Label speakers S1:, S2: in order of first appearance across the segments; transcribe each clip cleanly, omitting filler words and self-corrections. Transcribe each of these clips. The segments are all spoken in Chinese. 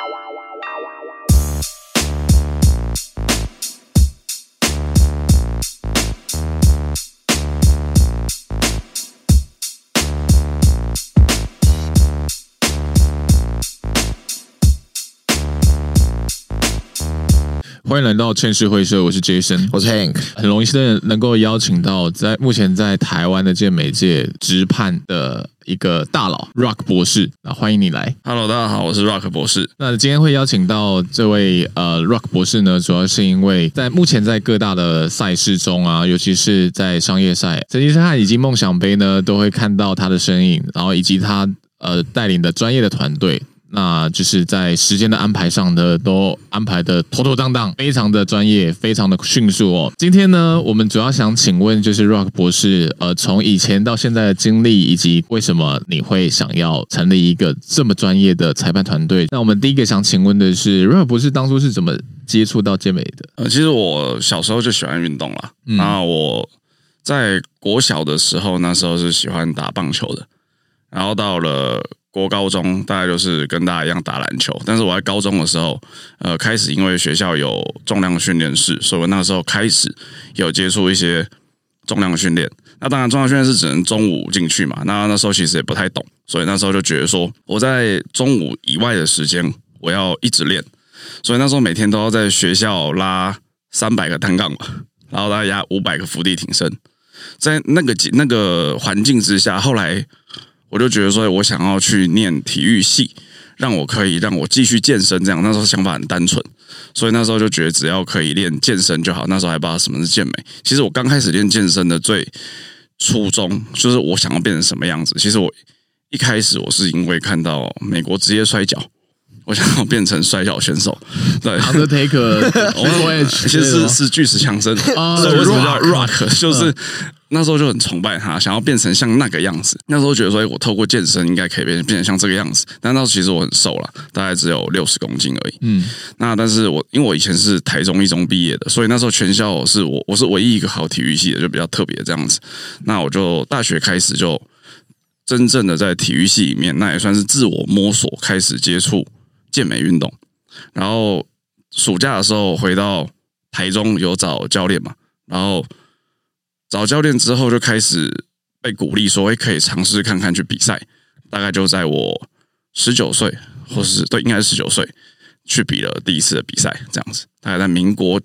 S1: 欢迎来到劝世会社，我是 Jason，
S2: 我是 Hank，
S1: 很荣幸的能够邀请到目前在台湾的健美界直判的一个大佬 Rock 博士，欢迎你来。
S3: Hello， 大家好，我是 Rock 博士。
S1: 那今天会邀请到这位Rock 博士呢，主要是因为目前在各大的赛事中啊，尤其是在商业赛、成吉思汗以及梦想杯呢，都会看到他的身影，然后以及他带领的专业的团队。那就是在时间的安排上呢，都安排的妥妥当当，非常的专业，非常的迅速哦。今天呢，我们主要想请问就是 Rock 博士，从以前到现在的经历，以及为什么你会想要成立一个这么专业的裁判团队？那我们第一个想请问的是 ，Rock 博士当初是怎么接触到健美的？
S3: 其实我小时候就喜欢运动啦。那我在国小的时候，那时候是喜欢打棒球的，然后到了国高中大概就是跟大家一样打篮球，但是我在高中的时候，开始因为学校有重量训练室，所以我那时候开始有接触一些重量训练。那当然，重量训练室只能中午进去嘛，那时候其实也不太懂，所以那时候就觉得说，我在中午以外的时间我要一直练，所以那时候每天都要在学校拉300个单杠嘛，然后大概压500个伏地挺身，在那个环境之下，后来我就觉得说，我想要去念体育系，让我继续健身，这样那时候想法很单纯，所以那时候就觉得只要可以练健身就好。那时候还不知道什么是健美。其实我刚开始练健身的最初衷就是我想要变成什么样子。其实我一开始我是因为看到美国职业摔跤，我想要变成摔跤选手。对
S1: ，Undertaker，
S3: 其实是巨石强森，所以为什么叫 Rock， 就是。那时候就很崇拜他，想要变成像那个样子。那时候觉得说，我透过健身应该可以变成像这个样子。但那时候其实我很瘦啦，大概只有60公斤而已。但是因为我以前是台中一中毕业的，所以那时候全校我是唯一一个考体育系的，就比较特别这样子。那我就大学开始就真正的在体育系里面，那也算是自我摸索，开始接触健美运动。然后暑假的时候回到台中有找教练嘛，然后找教练之后，就开始被鼓励说，可以尝试看看去比赛。大概就在我19岁，或是对，应该是19岁，去比了第一次的比赛，这样子。大概在民国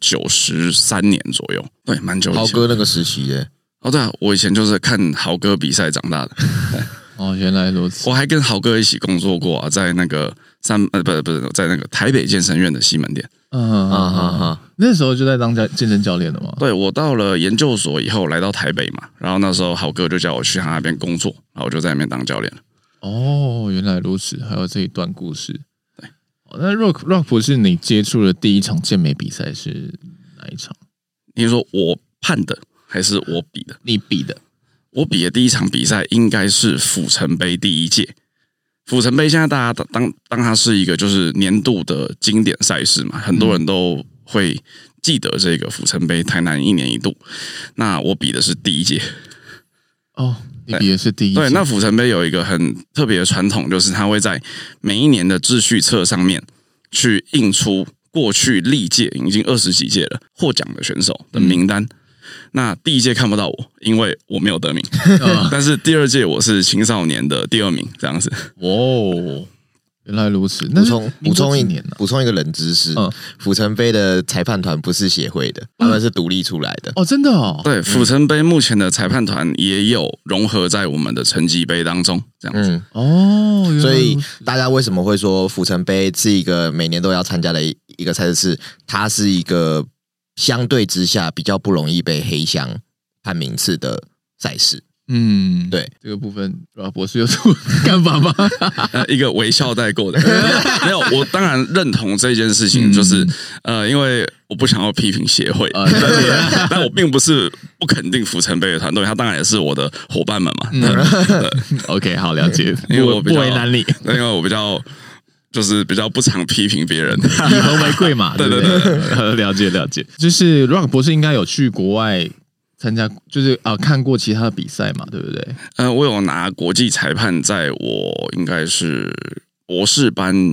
S3: 93年左右，对，蛮久以前。
S2: 豪哥那个时期耶。
S3: 对啊，我以前就是看豪哥比赛长大的。
S1: 原来如此。
S3: 我还跟豪哥一起工作过啊，在那个不是在那个台北健身院的西门店。
S1: 那时候就在当健身教练了吗？
S3: 对，我到了研究所以后来到台北嘛，然后那时候豪哥就叫我去他那边工作，然后我就在那边当教练了。
S1: 原来如此，还有这一段故事。对，那 Rock 博士，你接触的第一场健美比赛是哪一场？
S3: 你是说我判的还是我比的？
S1: 你比的。
S3: 我比的第一场比赛应该是府城杯第一届。府城杯现在大家当它是一个就是年度的经典赛事嘛，很多人都会记得这个府城杯，台南1年1度。那我比的是第一届。
S1: 你比的是第一届。
S3: 对，那府城杯有一个很特别的传统，就是它会在每一年的秩序册上面去印出过去历届已经20几届了获奖的选手的名单。那第一届看不到我，因为我没有得名。但是第2届我是青少年的第2名，这样子。
S1: 原来如此。
S2: 补充一个冷知识，府城杯的裁判团不是协会的，他们是独立出来的。
S1: 真的哦。
S3: 对，府城杯目前的裁判团也有融合在我们的成绩杯当中，这样子。
S2: 所以大家为什么会说府城杯是一个每年都要参加的一个赛事？它是一个相对之下比较不容易被黑箱判名次的赛事。对，
S1: 这个部分博士有什么看法吗？
S3: 一个微笑带过的。没有，我当然认同这件事情，就是因为我不想要批评协会，但我并不是不肯定府城杯的团队，他当然也是我的伙伴们嘛。
S1: OK， 好，了解。
S3: 因为我
S1: 不为难你，
S3: 因为我比较不常批评别人，
S1: 以和为贵嘛。对，了解。就是 Rock 博士应该有去国外参加，就是看过其他的比赛嘛，对不对？
S3: 我有拿国际裁判，在我应该是博士班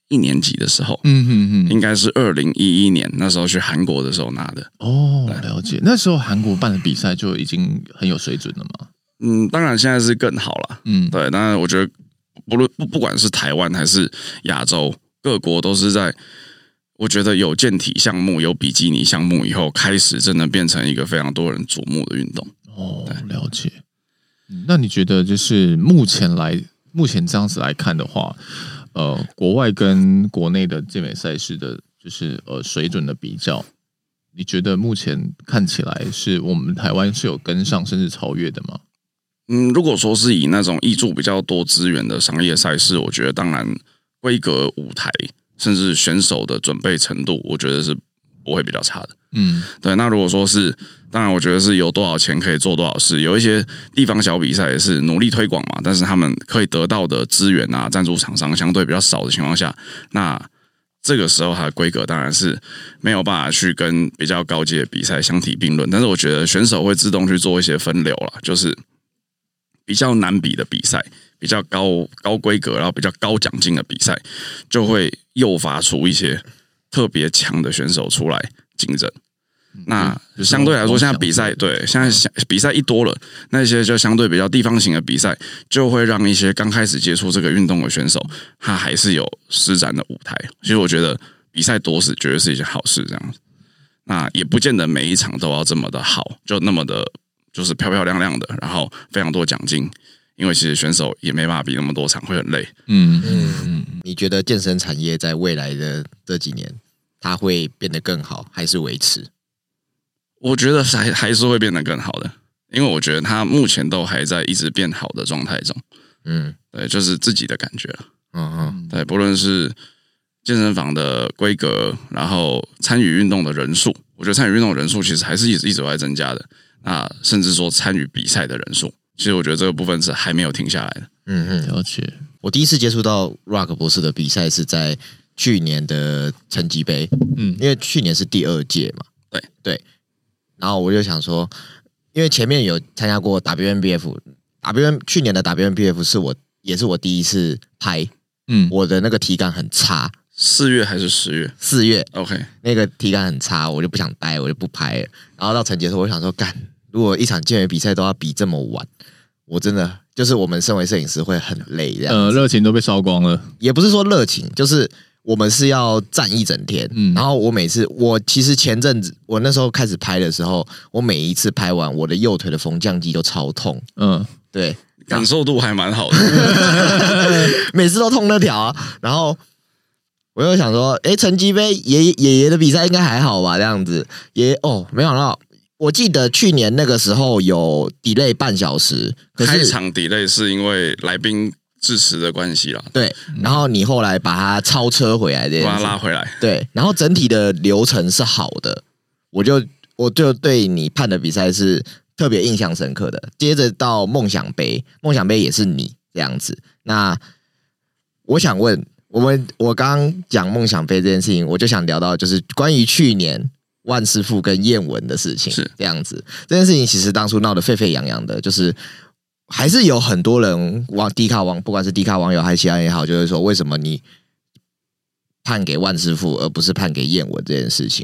S3: 1年级的时候，应该是2011年那时候去韩国的时候拿的。
S1: 哦，了解。那时候韩国办的比赛就已经很有水准了吗？
S3: 当然现在是更好了。对，当然我觉得不管是台湾还是亚洲各国，都是在我觉得有健体项目、有比基尼项目以后，开始真的变成一个非常多人瞩目的运动。
S1: 哦，了解。那你觉得就是目前这样子来看的话，国外跟国内的健美赛事的，就是水准的比较，你觉得目前看起来是我们台湾是有跟上甚至超越的吗？
S3: 如果说是以那种挹注比较多资源的商业赛事，我觉得当然规格、舞台甚至选手的准备程度，我觉得是不会比较差的。对。那如果说是，当然我觉得是有多少钱可以做多少事。有一些地方小比赛也是努力推广嘛，但是他们可以得到的资源啊、赞助厂商相对比较少的情况下，那这个时候它的规格当然是没有办法去跟比较高阶的比赛相提并论。但是我觉得选手会自动去做一些分流啦，就是比较难比的比赛，比较高规格，然后比较高奖金的比赛，就会诱发出一些特别强的选手出来竞争。那相对来说，现在比赛现在比赛一多了，那些就相对比较地方型的比赛，就会让一些刚开始接触这个运动的选手，他还是有施展的舞台。其实我觉得比赛多是绝对是一件好事，这样子。那也不见得每一场都要这么的好，就那么的，就是漂漂亮亮的，然后非常多奖金。因为其实选手也没办法比那么多场，会很累。
S2: 你觉得健身产业在未来的这几年，它会变得更好，还是维持？
S3: 我觉得还是会变得更好的，因为我觉得它目前都还在一直变好的状态中。对，就是自己的感觉了。对，不论是健身房的规格，然后参与运动的人数，我觉得参与运动的人数其实还是一直都在增加的。那甚至说参与比赛的人数，其实我觉得这个部分是还没有停下来的。
S1: 了解。
S2: 我第一次接触到 Rock 博士的比赛是在去年的成绩杯，因为去年是第2届嘛。对。然后我就想说，因为前面有参加过 WNBF， 去年的 WNBF 也是我第一次拍，我的那个体感很差。
S3: 4月还是10月
S2: ？4月。
S3: OK，
S2: 那个体感很差，我就不想待，我就不拍了。然后到成绩的时候，我想说，如果一场健美比赛都要比这么晚，我真的就是我们身为摄影师会很累，这样
S1: 热情都被烧光了。
S2: 也不是说热情，就是我们是要站一整天。然后我其实前阵子我那时候开始拍的时候，我每一次拍完，我的右腿的缝降肌都超痛。对，
S3: 感受度还蛮好的，
S2: 每次都痛那条啊。然后我又想说，成绩杯爷爷的比赛应该还好吧？这样子没想到。我记得去年那个时候有 delay 半小时，
S3: 开场 delay 是因为来宾致辞的关系啦。
S2: 对，然后你后来把它超车回来，
S3: 把它拉回来。
S2: 对，然后整体的流程是好的，我就对你判的比赛是特别印象深刻的。接着到梦想杯也是你这样子。那我想问我刚刚讲梦想杯这件事情，我就想聊到就是关于去年万师傅跟燕文的事情，是这样子。这件事情其实当初闹得沸沸扬扬的，就是还是有很多人不管是迪卡网友还是其他人也好，就是说为什么你判给万师傅而不是判给燕文这件事情。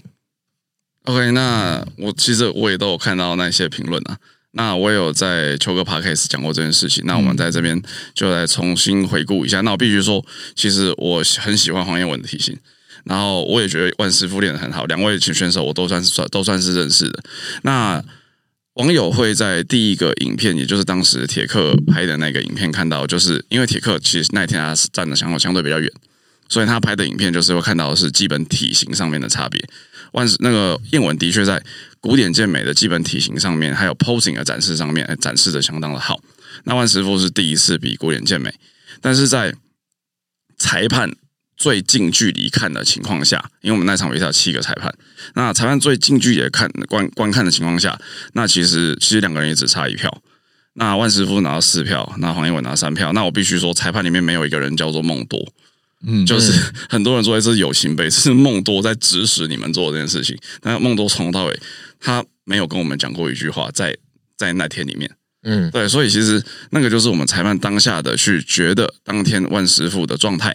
S3: OK， 那其实我也都有看到那些评论啊。那我也有在秋哥 Podcast 讲过这件事情。那我们在这边就来重新回顾一下。那我必须说，其实我很喜欢黄燕文的体型。然后我也觉得万师傅练得很好，两位选手我都算是认识的。那网友会在第一个影片，也就是当时铁克拍的那个影片看到，就是因为铁克其实那天他站的相对比较远，所以他拍的影片就是会看到的是基本体型上面的差别。那个燕文的确在古典健美的基本体型上面，还有 posing 的展示上面展示的相当的好。那万师傅是第一次比古典健美，但是在裁判最近距离看的情况下，因为我们那场比赛有7个裁判，那裁判最近距离观看的情况下，那其实两个人也只差1票。那万师傅拿到4票，那黄燕文拿3票。那我必须说，裁判里面没有一个人叫做孟多，就是很多人说这是有心杯，是孟多在指使你们做这件事情。但孟多从头到尾他没有跟我们讲过一句话，在那天里面。对，所以其实那个就是我们裁判当下的去觉得当天万师傅的状态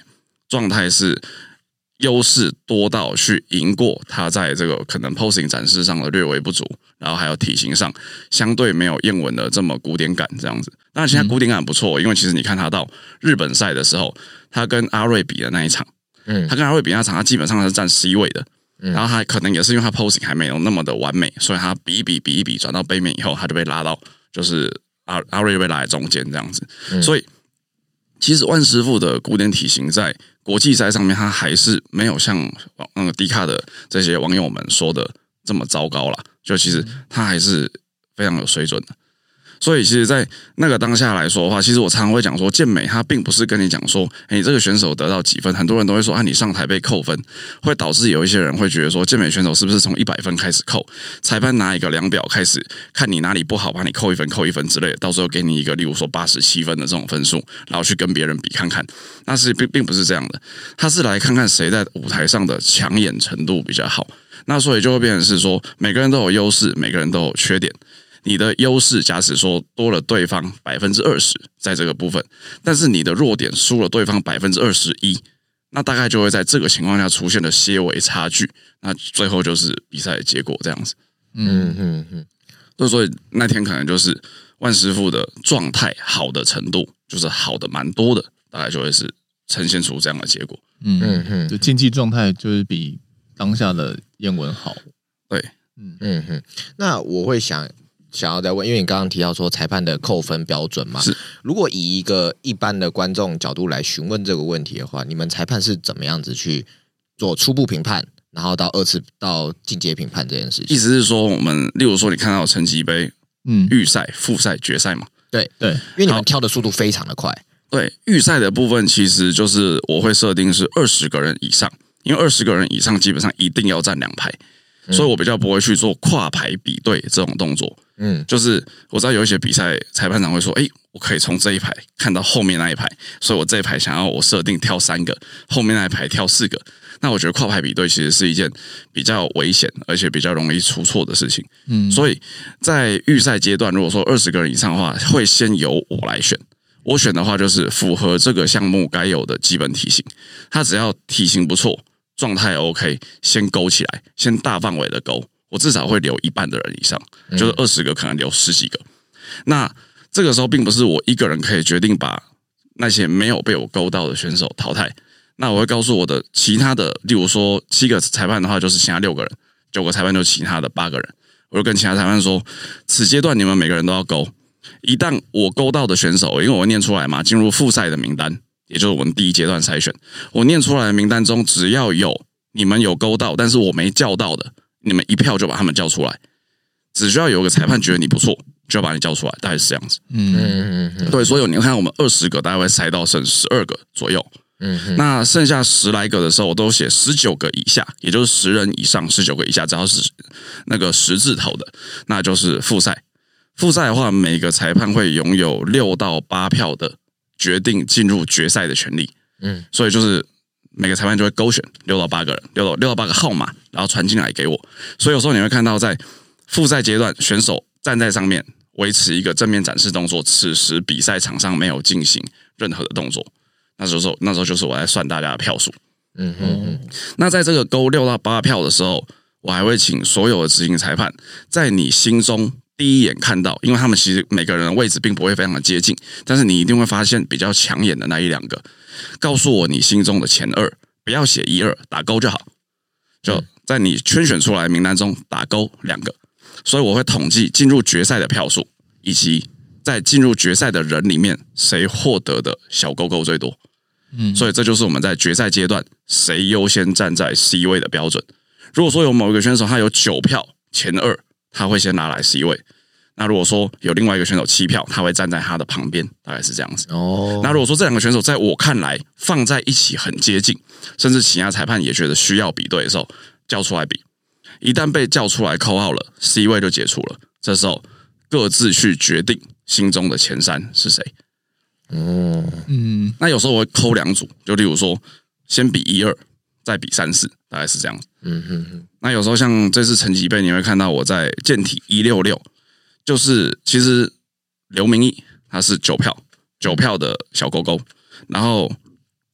S3: 状态是优势多到去赢过他在这个可能 posing 展示上的略微不足，然后还有体型上相对没有燕文的这么古典感这样子。当然，其实他古典感不错，因为其实你看他到日本赛的时候，他跟阿瑞比的那一场，他跟阿瑞比那场，他基本上是占 C 位的。然后他可能也是因为他 posing 还没有那么的完美，所以他比一比转到背面以后，他就被拉到就是阿瑞就被拉在中间这样子。所以其实万师傅的古典体型在国际赛上面，他还是没有像那个迪卡的这些网友们说的这么糟糕啦。就其实他还是非常有水准的。所以其实在那个当下来说的话，其实我常常会讲说，健美它并不是跟你讲说，你这个选手得到几分，很多人都会说你上台被扣分，会导致有一些人会觉得说，健美选手是不是从100分开始扣，裁判拿一个量表开始看你哪里不好，把你扣一分之类的，到时候给你一个例如说87分的这种分数，然后去跟别人比看看，那是并不是这样的，他是来看看谁在舞台上的抢眼程度比较好，那所以就会变成是说，每个人都有优势，每个人都有缺点。你的优势假使说多了对方 20% 在这个部分，但是你的弱点输了对方 21%， 那大概就会在这个情况下出现了些微差距，那最后就是比赛的结果这样子。所以那天可能就是万师傅的状态好的程度，就是好的蛮多的，大概就会是呈现出这样的结果。
S1: 就竞技状态就是比当下的燕文好。
S3: 对，
S2: 那我会想要再问，因为你刚刚提到说裁判的扣分标准嘛，
S3: 是
S2: 如果以一个一般的观众角度来询问这个问题的话，你们裁判是怎么样子去做初步评判，然后到2次到进阶评判这件事情？
S3: 意思是说，我们例如说你看到成绩杯、预赛、复赛、决赛嘛，
S2: 对，因为你们跳的速度非常的快。
S3: 对，预赛的部分其实就是我会设定是20个人以上，因为20个人以上基本上一定要站2排。所以我比较不会去做跨排比对这种动作，就是我知道有一些比赛裁判长会说，我可以从这一排看到后面那一排，所以我这一排想要我设定跳3个，后面那一排跳4个。那我觉得跨排比对其实是一件比较危险，而且比较容易出错的事情。所以在预赛阶段，如果说20个人以上的话，会先由我来选。我选的话就是符合这个项目该有的基本体型，他只要体型不错。状态 OK， 先勾起来，先大范围的勾，我至少会留一半的人以上，就是20个可能留10几个。那这个时候并不是我一个人可以决定把那些没有被我勾到的选手淘汰，那我会告诉我的其他的，例如说7个裁判的话，就是其他6个人，9个裁判就其他的8个人，我就跟其他裁判说，此阶段你们每个人都要勾，一旦我勾到的选手，因为我会念出来嘛，进入复赛的名单。也就是我们第一阶段筛选，我念出来的名单中，只要有你们有勾到，但是我没叫到的，你们一票就把他们叫出来。只需要有个裁判觉得你不错，就要把你叫出来，大概是这样子。对，所以你看我们20个大概会筛到剩12个左右。那剩下10来个的时候，我都写19个以下，也就是10人以上，19个以下，只要是那个10字头的，那就是复赛。复赛的话，每个裁判会拥有6到8票的决定进入决赛的权利，所以就是每个裁判就会勾选6到8个人，6到8个号码，然后传进来给我。所以有时候你会看到在复赛阶段，选手站在上面维持一个正面展示动作，此时比赛场上没有进行任何的动作，那时候就是我在算大家的票数。那在这个勾6到8票的时候，我还会请所有的执行裁判在你心中第一眼看到，因为他们其实每个人的位置并不会非常的接近，但是你一定会发现比较抢眼的那1、2个，告诉我你心中的前2，不要写1、2，打勾就好，就在你圈选出来的名单中打勾2个，所以我会统计进入决赛的票数，以及在进入决赛的人里面谁获得的小勾勾最多。所以这就是我们在决赛阶段谁优先站在 C 位的标准。如果说有某一个选手他有9票前2，他会先拿来 C 位。那如果说有另外一个选手7票，他会站在他的旁边，大概是这样子。那如果说这2个选手在我看来放在一起很接近，甚至其他裁判也觉得需要比对的时候，叫出来比。一旦被叫出来call out了 ，C 位就解除了。这时候各自去决定心中的前3是谁。那有时候我会扣2组，就例如说先比1、2，再比3、4，大概是这样子。那有时候像这次成绩杯，你会看到我在健体166，就是其实刘明义他是9票的小勾勾，然后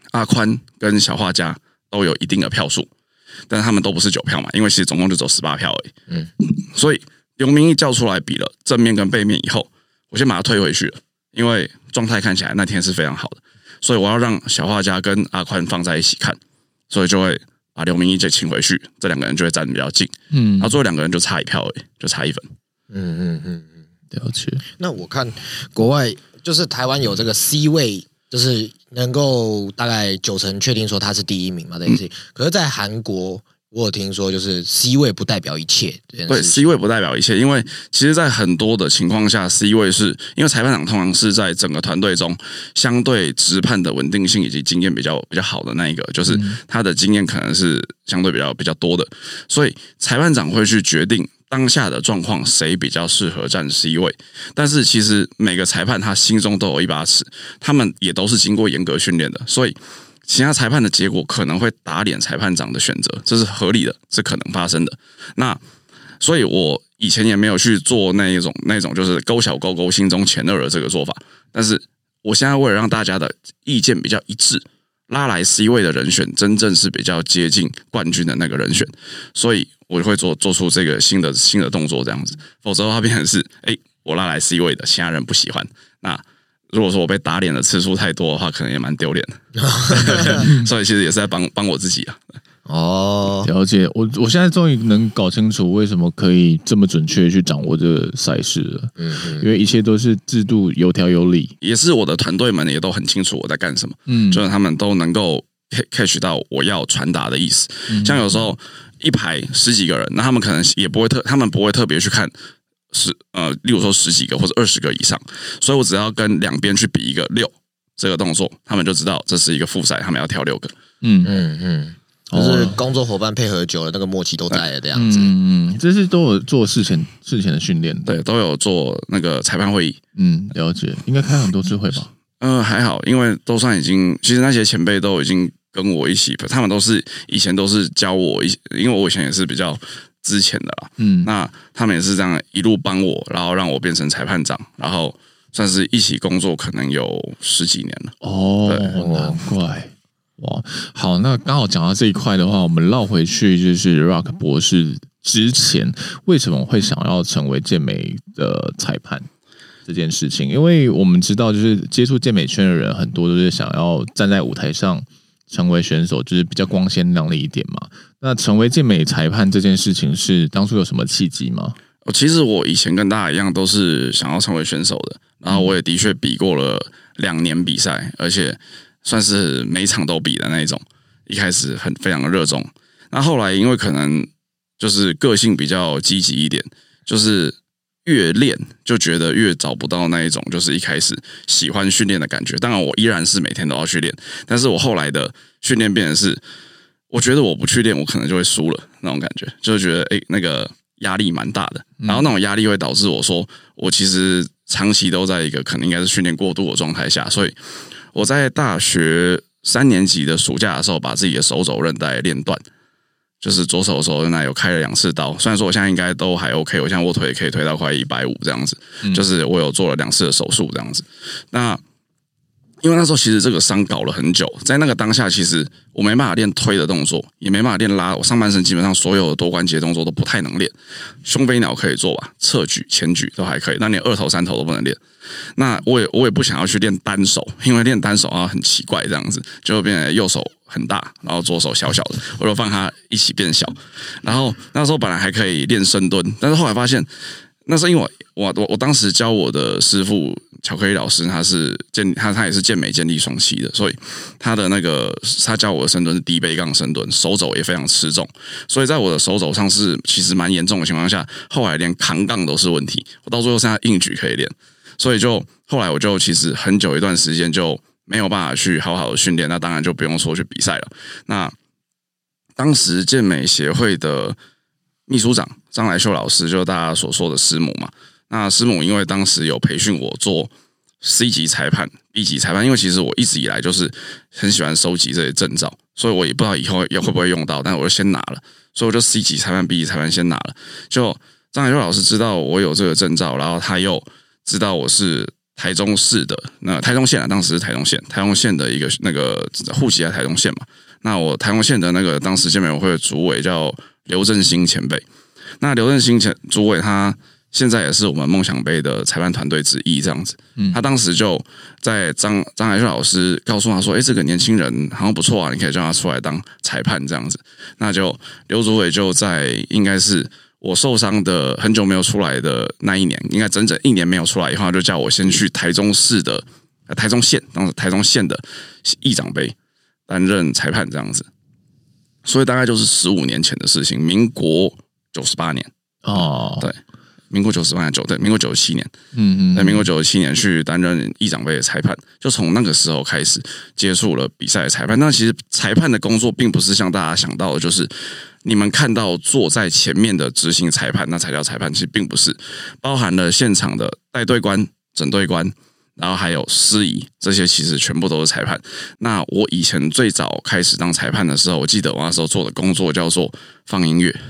S3: 阿宽跟小画家都有一定的票数，但他们都不是9票嘛，因为其实总共就走18票而已。所以刘明义叫出来比了正面跟背面以后，我先把他推回去了，因为状态看起来那天是非常好的，所以我要让小画家跟阿宽放在一起看，所以就会把刘明义就请回去，这2个人就会站得比较近。然后最后2个人就差1票而已，就差1分。
S1: 了解。
S2: 那我看国外就是台湾有这个 C 位，就是能够大概90%确定说他是第1名嘛，可是在韩国我有听说就是 C 位不代表一切。
S3: 对 ，C 位不代表一切，因为其实在很多的情况下 ，C 位是因为裁判长通常是在整个团队中相对执判的稳定性以及经验比较好的那一个，就是他的经验可能是相对比较多的，所以裁判长会去决定当下的状况谁比较适合站 C 位，但是其实每个裁判他心中都有一把尺，他们也都是经过严格训练的，所以其他裁判的结果可能会打脸裁判长的选择，这是合理的，是可能发生的。那所以我以前也没有去做那一种就是勾小勾心中前2的这个做法，但是我现在为了让大家的意见比较一致，拉来 C 位的人选真正是比较接近冠军的那个人选，所以我会做出这个新的动作这样子，否则的话变成是，我拉来 C 位的，其他人不喜欢。那如果说我被打脸的次数太多的话，可能也蛮丢脸的。所以其实也是在帮我自己啊。
S1: 了解。我现在终于能搞清楚为什么可以这么准确去掌握这个赛事了。因为一切都是制度有条有理，
S3: 也是我的团队们也都很清楚我在干什么。就是他们都能够 catch 到我要传达的意思。像有时候一排10几个人，那他们可能也不会他们不会特别去看例如说10几个或者20个以上，所以我只要跟2边去比一个6这个动作，他们就知道这是一个复赛，他们要跳6个。
S2: 就是工作伙伴配合久了，那个默契都在了这样子。
S1: 这是都有做事前的训练，
S3: 对，都有做那个裁判会议。
S1: 了解，应该开很多次会吧？
S3: 还好，因为都算已经，其实那些前辈都已经跟我一起，他们以前都是教我因为我以前也是比较之前的啦。那他们也是这样一路帮我，然后让我变成裁判长，然后算是一起工作，可能有10几年了。
S1: 难怪。哇，好，那刚好讲到这一块的话，我们绕回去就是 Rock 博士之前为什么会想要成为健美的裁判这件事情，因为我们知道就是接触健美圈的人很多都是想要站在舞台上成为选手，就是比较光鲜亮丽一点嘛。那成为健美裁判这件事情是当初有什么契机吗？
S3: 其实我以前跟大家一样都是想要成为选手的，然后我也的确比过了2年比赛，而且算是每场都比的那一种，一开始非常的热衷，那后来因为可能就是个性比较积极一点，就是越练就觉得越找不到那一种就是一开始喜欢训练的感觉。当然我依然是每天都要去练，但是我后来的训练变成是，我觉得我不去练我可能就会输了那种感觉，就是觉得那个压力蛮大的，然后那种压力会导致我说我其实长期都在一个可能应该是训练过度的状态下，所以我在大学3年级的暑假的时候，把自己的手肘韧带练断，就是左手的手韧带有开了2次刀。虽然说我现在应该都还 OK， 我现在卧推也可以推到快150这样子，就是我有做了2次的手术这样子。那因为那时候其实这个伤搞了很久，在那个当下，其实我没办法练推的动作，也没办法练拉，我上半身基本上所有的多关节动作都不太能练。胸飞鸟可以做吧，侧举、前举都还可以，那连2头3头都不能练。那我也不想要去练单手，因为练单手啊很奇怪，这样子就变成右手很大，然后左手小小的，我就放它一起变小。然后那时候本来还可以练深蹲，但是后来发现，那是因为我当时教我的师傅巧克力老师，他也是健美健力双栖的，所以他教我的深蹲是低背杠深蹲，手肘也非常吃重，所以在我的手肘上是其实蛮严重的情况下，后来连扛杠都是问题，我到最后剩下硬举可以练，所以就后来我就其实很久一段时间就没有办法去好好的训练，那当然就不用说去比赛了。那当时健美协会的秘书长张来秀老师，就是大家所说的师母嘛。那师母因为当时有培训我做 C 级裁判、B 级裁判，因为其实我一直以来就是很喜欢收集这些证照，所以我也不知道以后会不会用到，但是我就先拿了，所以我就 C 级裁判、B 级裁判先拿了。就张来秀老师知道我有这个证照，然后他又知道我是台中市的台中县当时是台中县的一个那个户籍在台中县嘛。那我台中县的那个当时健美委会的主委叫刘振兴前辈。那刘振兴主委他现在也是我们梦想杯的裁判团队之一，这样子。他当时就在张海秀老师告诉他说：“这个年轻人好像不错啊，你可以叫他出来当裁判这样子。”那就刘主委就在应该是我受伤的很久没有出来的那一年，应该整整1年没有出来以后，就叫我先去台中县当时台中县的议长杯担任裁判这样子。所以大概就是15年前的事情，民国98年
S1: 哦，
S3: 对。民国98年对，民国97年，在民国97年去担任议长杯的裁判，就从那个时候开始接触了比赛的裁判。那其实裁判的工作并不是像大家想到的，就是你们看到坐在前面的执行裁判，那才叫裁判。其实并不是，包含了现场的带队官、整队官，然后还有司仪，这些其实全部都是裁判。那我以前最早开始当裁判的时候，我记得我那时候做的工作叫做放音乐。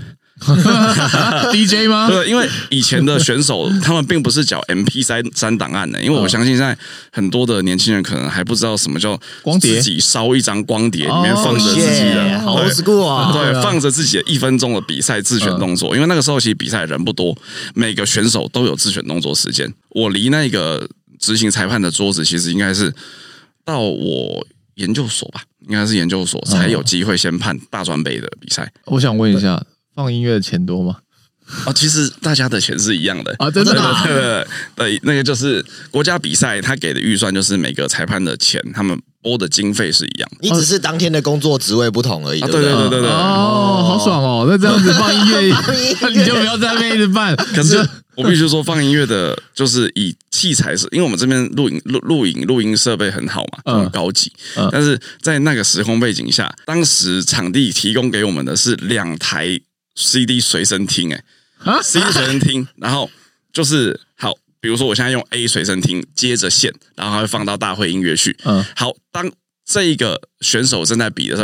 S1: DJ 吗？
S3: 对，因为以前的选手他们并不是缴 MP3 档案的，因为我相信现在很多的年轻人可能还不知道什么叫
S1: 光碟，
S3: 自己烧一张光碟，里面放着自己的，
S2: 好 old school 啊，
S3: 对，放着自己的1分钟的比赛自选动作。因为那个时候其实比赛人不多，每个选手都有自选动作时间。我离那个执行裁判的桌子，其实应该是到我研究所吧，应该是研究所才有机会先判大专杯的比赛。
S1: 我想问一下。放音乐的钱多吗？
S3: 其实大家的钱是一样的
S1: 啊，真的吗？
S3: 对，那个就是国家比赛他给的预算，就是每个裁判的钱，他们拨的经费是一样的。
S2: 你只是当天的工作职位不同而已。
S3: 对。
S1: 哦，好爽哦！那这样子放音乐，你就不要在那边一直办。
S3: 可是我必须说，放音乐的，就是以器材是，因为我们这边录音设备很好嘛，很高级。但是在那个时空背景下，当时场地提供给我们的是2台 CD 随身听，CD 随身听，然后就是好，比如说我现在用 A 随身听接着线，然后它会放到大会音乐去。好，当这一个选手正在比的时候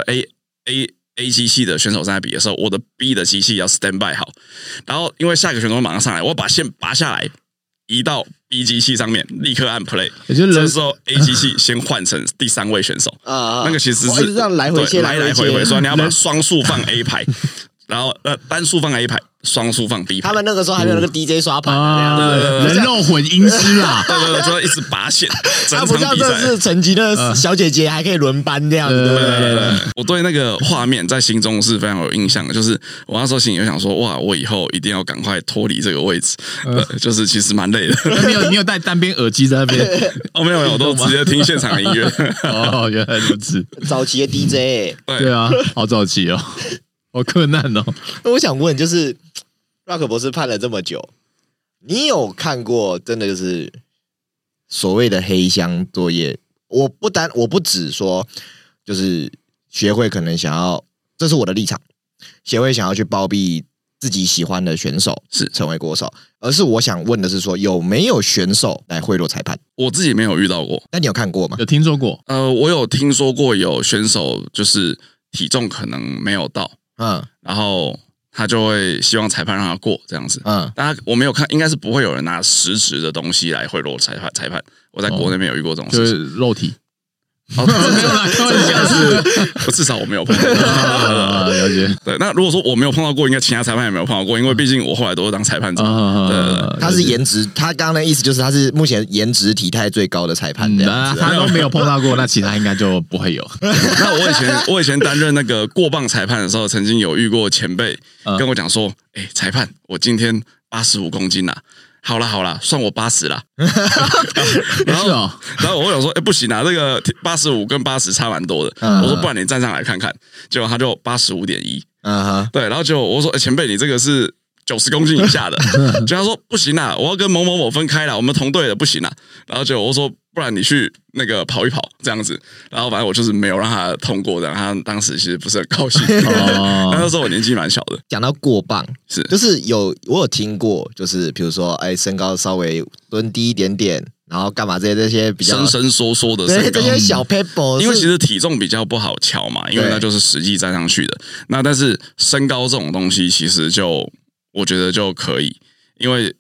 S3: ，A 机器的选手正在比的时候，我的 B 的机器要 stand by 好，然后因为下一个选手马上上来，我要把线拔下来，移到 B 机器上面，立刻按 play。这时候 A 机器先换成第3位选手，那个其实是
S2: 这样来回切，
S3: 来回，所以你要把双数放 A 排，然后单数放 A 排，双数放 B 排。
S2: 他们那个时候还有那个 DJ 刷盘，
S1: 人肉混音师啦，
S3: 对，就一直拔线。
S2: 他不像这是成绩的小姐姐还可以轮班这样子。
S3: 对，我对那个画面在心中是非常有印象的。就是我那时候心里就想说，哇，我以后一定要赶快脱离这个位置。就是其实蛮累的。
S1: 你有戴单边耳机在那边？
S3: 没有，我都直接听现场音乐。
S1: 哦，原来如此。
S2: 早期的 DJ，
S3: 对
S1: 啊，好早期哦。好困难哦！
S2: 我想问，就是 Rock 博士判了这么久，你有看过真的就是所谓的黑箱作业？我不只说，就是协会可能想要，这是我的立场，协会想要去包庇自己喜欢的选手
S3: 是
S2: 成为国手，而是我想问的是说，有没有选手来贿赂裁判？
S3: 我自己没有遇到过，
S2: 那你有看过吗？
S1: 有听说过？
S3: 我有听说过有选手就是体重可能没有到。然后他就会希望裁判让他过这样子。大家我没有看，应该是不会有人拿实质的东西来贿赂裁判。我在国内没有遇过这种事情，
S1: 就是肉体。
S3: 没有啦，开玩笑是，至少我没有碰到过。
S1: 了解。
S3: 对，那如果说我没有碰到过，应该其他裁判也没有碰到过，因为毕竟我后来都是当裁判者。
S2: 他是颜值，他刚刚的意思就是他是目前颜值体态最高的裁判这样子。
S1: 他都没有碰到过，那其他应该就不会有。
S3: 那我以前担任那个过磅裁判的时候，曾经有遇过前辈跟我讲说：“裁判，我今天85公斤啦。”好啦，算我80啦。然后我想说，不行啊，这个85跟80差蛮多的。我说，不然你站上来看看。结果他就85.1。对，然后就我说，前辈，你这个是90公斤以下的。就他说不行啦，我要跟某某某分开啦，我们同队的不行啦。然后就我说，不然你去那个跑一跑这样子。然后反正我就是没有让他通过的，他当时其实不是很高兴。那时候我年纪蛮小的。
S2: 讲到过磅，就是我有听过，就是比如说身高稍微蹲低一点点，然后干嘛这些比较
S3: 伸缩的身高，
S2: 这些小 paper，
S3: 因为其实体重比较不好瞧嘛，因为那就是实际站上去的。那但是身高这种东西，其实就我觉得就可以，因为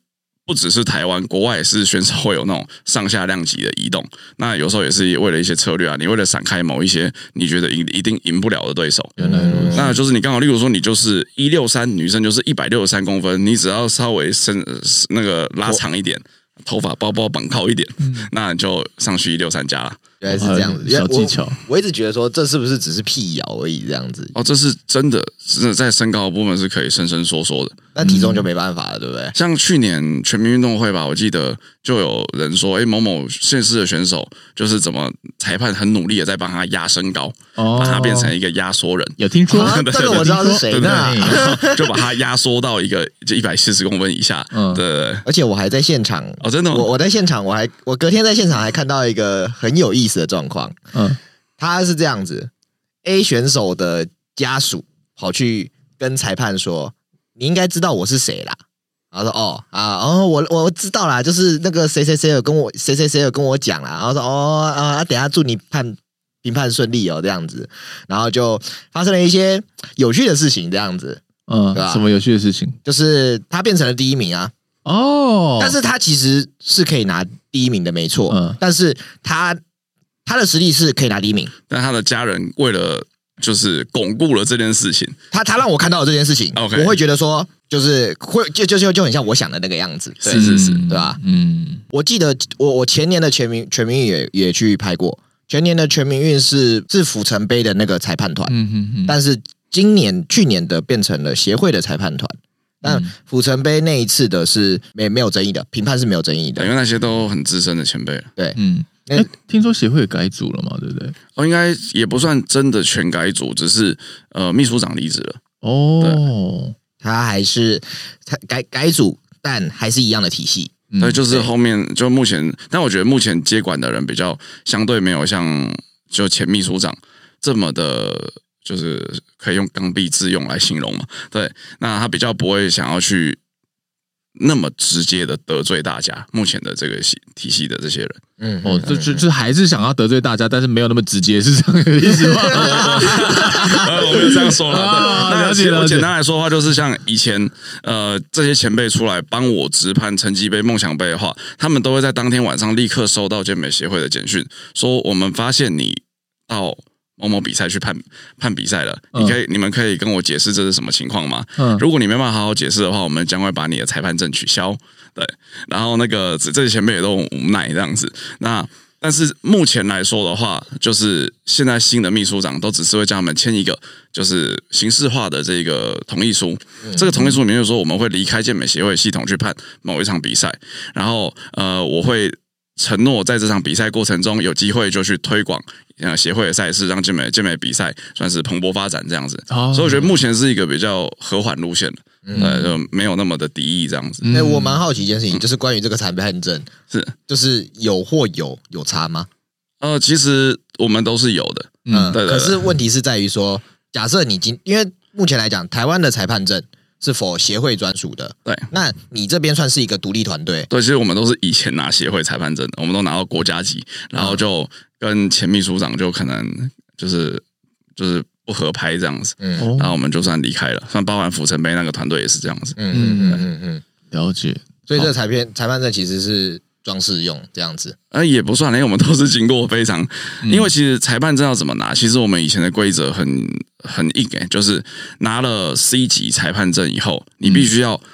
S3: 不只是台湾，国外也是选手会有那种上下量级的移动。那有时候也是为了一些策略啊，你为了闪开某一些你觉得一定赢不了的对手。
S1: 原来如此。
S3: 那就是你刚好，例如说你就是163，女生就是163公分，你只要稍微那个拉长一点，头发包绑靠一点，那你就上去163加了。
S2: 原来是这样子，
S1: 小技巧。
S2: 我一直觉得说这是不是只是辟谣而已这样子？
S3: 哦，这是真的在身高的部分是可以伸缩的，
S2: 但体重就没办法了，对不对？
S3: 像去年全民运动会吧，我记得就有人说，某某县市的选手就是怎么裁判很努力的在帮他压身高，把他变成一个压缩人。
S1: 有听说
S2: 这个我知道是谁的，
S3: 就把他压缩到一个140公分以下。对，
S2: 而且我还在现场
S3: 哦，真的吗？
S2: 我在现场，我隔天在现场还看到一个很有意思的状况。他是这样子 ，A 选手的家属跑去跟裁判说：“你应该知道我是谁啦。”然后说：“我知道啦，就是那个谁有跟我讲啦。”然后说：“等一下祝你评判顺利哦，这样子。”然后就发生了一些有趣的事情，这样子。
S1: 什么有趣的事情？
S2: 就是他变成了第一名啊。但是他其实是可以拿第一名的，没错。但是他的实力是可以拿第一名，
S3: 但他的家人为了就是巩固了这件事情，
S2: 他让我看到了这件事情，
S3: okay.
S2: 我会觉得说，就是会就很像我想的那个样子，
S3: 是，
S2: 对吧？我记得我前年的全民运也去拍过，前年的全民运是府城杯的那个裁判团，但是去年的变成了协会的裁判团。但府城杯那一次的是没有争议的，评判是没有争议的，
S3: 因为那些都很资深的前辈了。
S2: 对，
S1: 听说协会也改组了嘛，对不对？
S3: 应该也不算真的全改组，只是秘书长离职了。
S2: 他还是改组，但还是一样的体系。
S3: 对，就是后面就目前，但我觉得目前接管的人比较相对没有像就前秘书长这么的。就是可以用刚愎自用来形容嘛，对，那他比较不会想要去那么直接的得罪大家，目前的这个体系的这些人，
S1: 就还是想要得罪大家，但是没有那么直接，是这样的意思吗？
S3: 我没有这样说了。那
S1: 了解。
S3: 我简单来说的话，就是像以前这些前辈出来帮我直判成绩杯、梦想杯的话，他们都会在当天晚上立刻收到健美协会的简讯，说我们发现你到某某比赛去判比赛了，你们可以跟我解释这是什么情况吗？如果你没办法好好解释的话，我们将会把你的裁判证取消。对，然后那个这些前辈也都很无奈这样子。但是目前来说的话，就是现在新的秘书长都只是会叫他们签一个就是形式化的这个同意书。这个同意书里面就说我们会离开健美协会系统去判某一场比赛，然后我会承诺在这场比赛过程中有机会就去推广协会的赛事，让健美比赛算是蓬勃发展这样子。所以我觉得目前是一个比较和缓路线的，就没有那么的敌意这样子。
S2: 我蛮好奇一件事情，就是关于这个裁判证，就是有或有差吗？
S3: 其实我们都是有的，对。
S2: 可是问题是在于说，假设因为目前来讲，台湾的裁判证是否协会专属的？
S3: 对，
S2: 那你这边算是一个独立团队？
S3: 对，其实我们都是以前拿协会裁判证的，我们都拿到国家级，然后就跟前秘书长就可能就是不合拍这样子，然后我们就算离开了，算包含府城杯那个团队也是这样子，
S1: 了解。
S2: 所以这个裁判证其实是装饰用这样子，
S3: 也不算，因为我们都是经过非常，因为其实裁判证要怎么拿，其实我们以前的规则很硬就是拿了 C 级裁判证以后，你必须要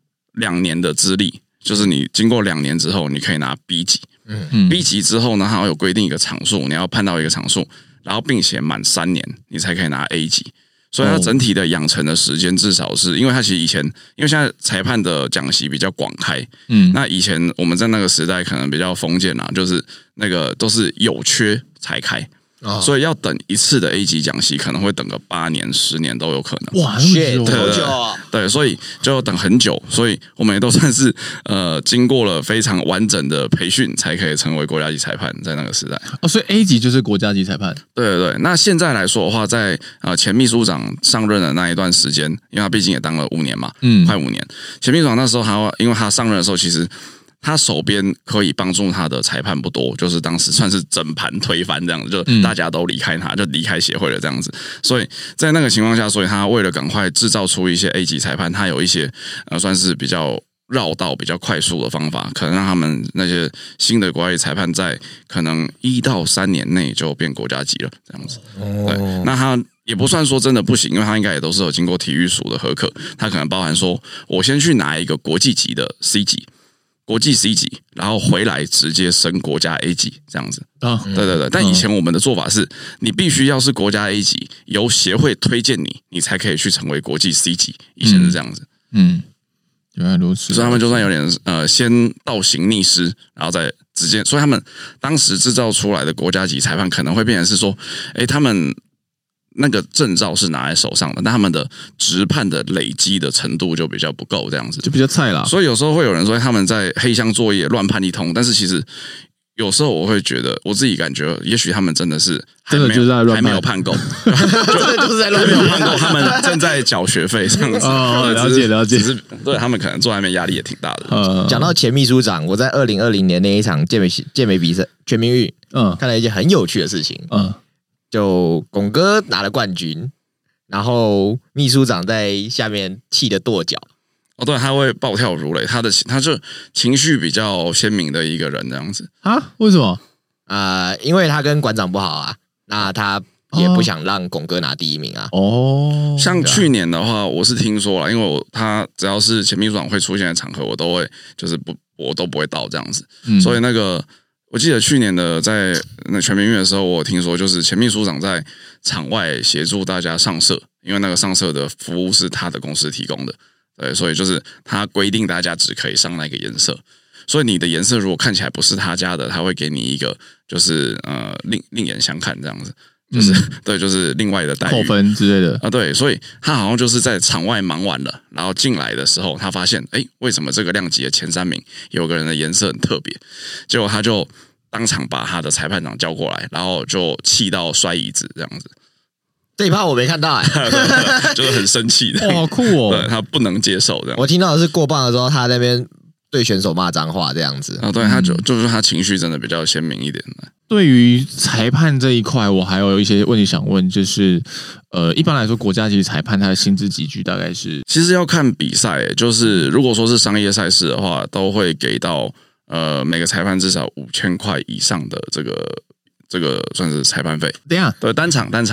S3: 2年的资历，就是你经过2年之后，你可以拿 B 级，B 级之后呢，它有规定一个场数，你要判到一个场数，然后并且满3年，你才可以拿 A 级。所以它整体的养成的时间至少是，因为它其实以前，因为现在裁判的讲习比较广开，那以前我们在那个时代可能比较封建啦，就是那个都是有缺才开，所以要等一次的 A 级讲习可能会等个8年、10年都有可能。
S1: 哇，那么
S2: 久啊！
S3: 对，所以就等很久，所以我们也都算是经过了非常完整的培训，才可以成为国家级裁判。在那个时代，
S1: 所以 A 级就是国家级裁判。
S3: 对。那现在来说的话，在前秘书长上任的那一段时间，因为他毕竟也当了5年嘛，快5年。前秘书长那时候因为他上任的时候，其实他手边可以帮助他的裁判不多，就是当时算是整盘推翻这样子，就大家都离开他，就离开协会了这样子。所以在那个情况下，所以他为了赶快制造出一些 A 级裁判，他有一些算是比较绕道比较快速的方法，可能让他们那些新的国家级裁判在可能1到3年内就变国家级了，这样子。对，那他也不算说真的不行，因为他应该也都是有经过体育署的核可，他可能包含说我先去拿一个国际级的 C 级。国际 C 级，然后回来直接升国家 A 级这样子啊，对。但以前我们的做法是，你必须要是国家 A 级，由协会推荐你，你才可以去成为国际 C 级。以前是这样子，
S1: 原来如此。
S3: 所以他们就算有点先倒行逆施，然后再直接，所以他们当时制造出来的国家级裁判可能会变成是说，他们那个证照是拿在手上的，但他们的执判的累积的程度就比较不够，这样子
S1: 就比较菜啦。
S3: 所以有时候会有人说他们在黑箱作业乱判一通，但是其实有时候我会觉得，我自己感觉，也许他们真的是
S1: 真的就是在乱判，
S3: 还没有判够，
S2: 真的就是在乱
S3: 判够，他们正在缴学费这样子。
S1: 了解，
S3: 只是对他们可能坐在那边压力也挺大的。
S2: 讲到前秘书长，我在2020年那一场健美比赛全民运，看了一件很有趣的事情，就拱哥拿了冠军，然后秘书长在下面气得跺脚。
S3: 对，他会暴跳如雷，他就情绪比较鲜明的一个人这样子
S1: 啊？为什么？
S2: 因为他跟馆长不好啊，那他也不想让拱哥拿第一名啊。
S3: 像去年的话，我是听说了，因为他只要是前秘书长会出现的场合，我都会就是我都不会到这样子，所以那个。我记得去年的在那全民运的时候，我听说就是前秘书长在场外协助大家上色，因为那个上色的服务是他的公司提供的，对，所以就是他规定大家只可以上那个颜色，所以你的颜色如果看起来不是他家的，他会给你一个就是另眼相看这样子。就是对，就是另外的待遇
S1: 扣分之类的
S3: 啊，对，所以他好像就是在场外忙完了，然后进来的时候，他发现，为什么这个量级的前3名有个人的颜色很特别？结果他就当场把他的裁判长叫过来，然后就气到摔椅子这样子。
S2: 这一趴我没看到
S3: 就是很生气的，
S1: 好酷哦！
S3: 对他不能接受这样。
S2: 我听到的是过磅的时候，他在那边对选手骂脏话这样子
S3: 啊，对，他就是他情绪真的比较鲜明一点。
S1: 对于裁判这一块，我还有一些问题想问，就是一般来说，国家级裁判他的薪资级距大概是？
S3: 其实要看比赛，就是如果说是商业赛事的话，都会给到每个裁判至少5000块以上的这个算是裁判费。
S1: 等一下，
S3: 对，单场，对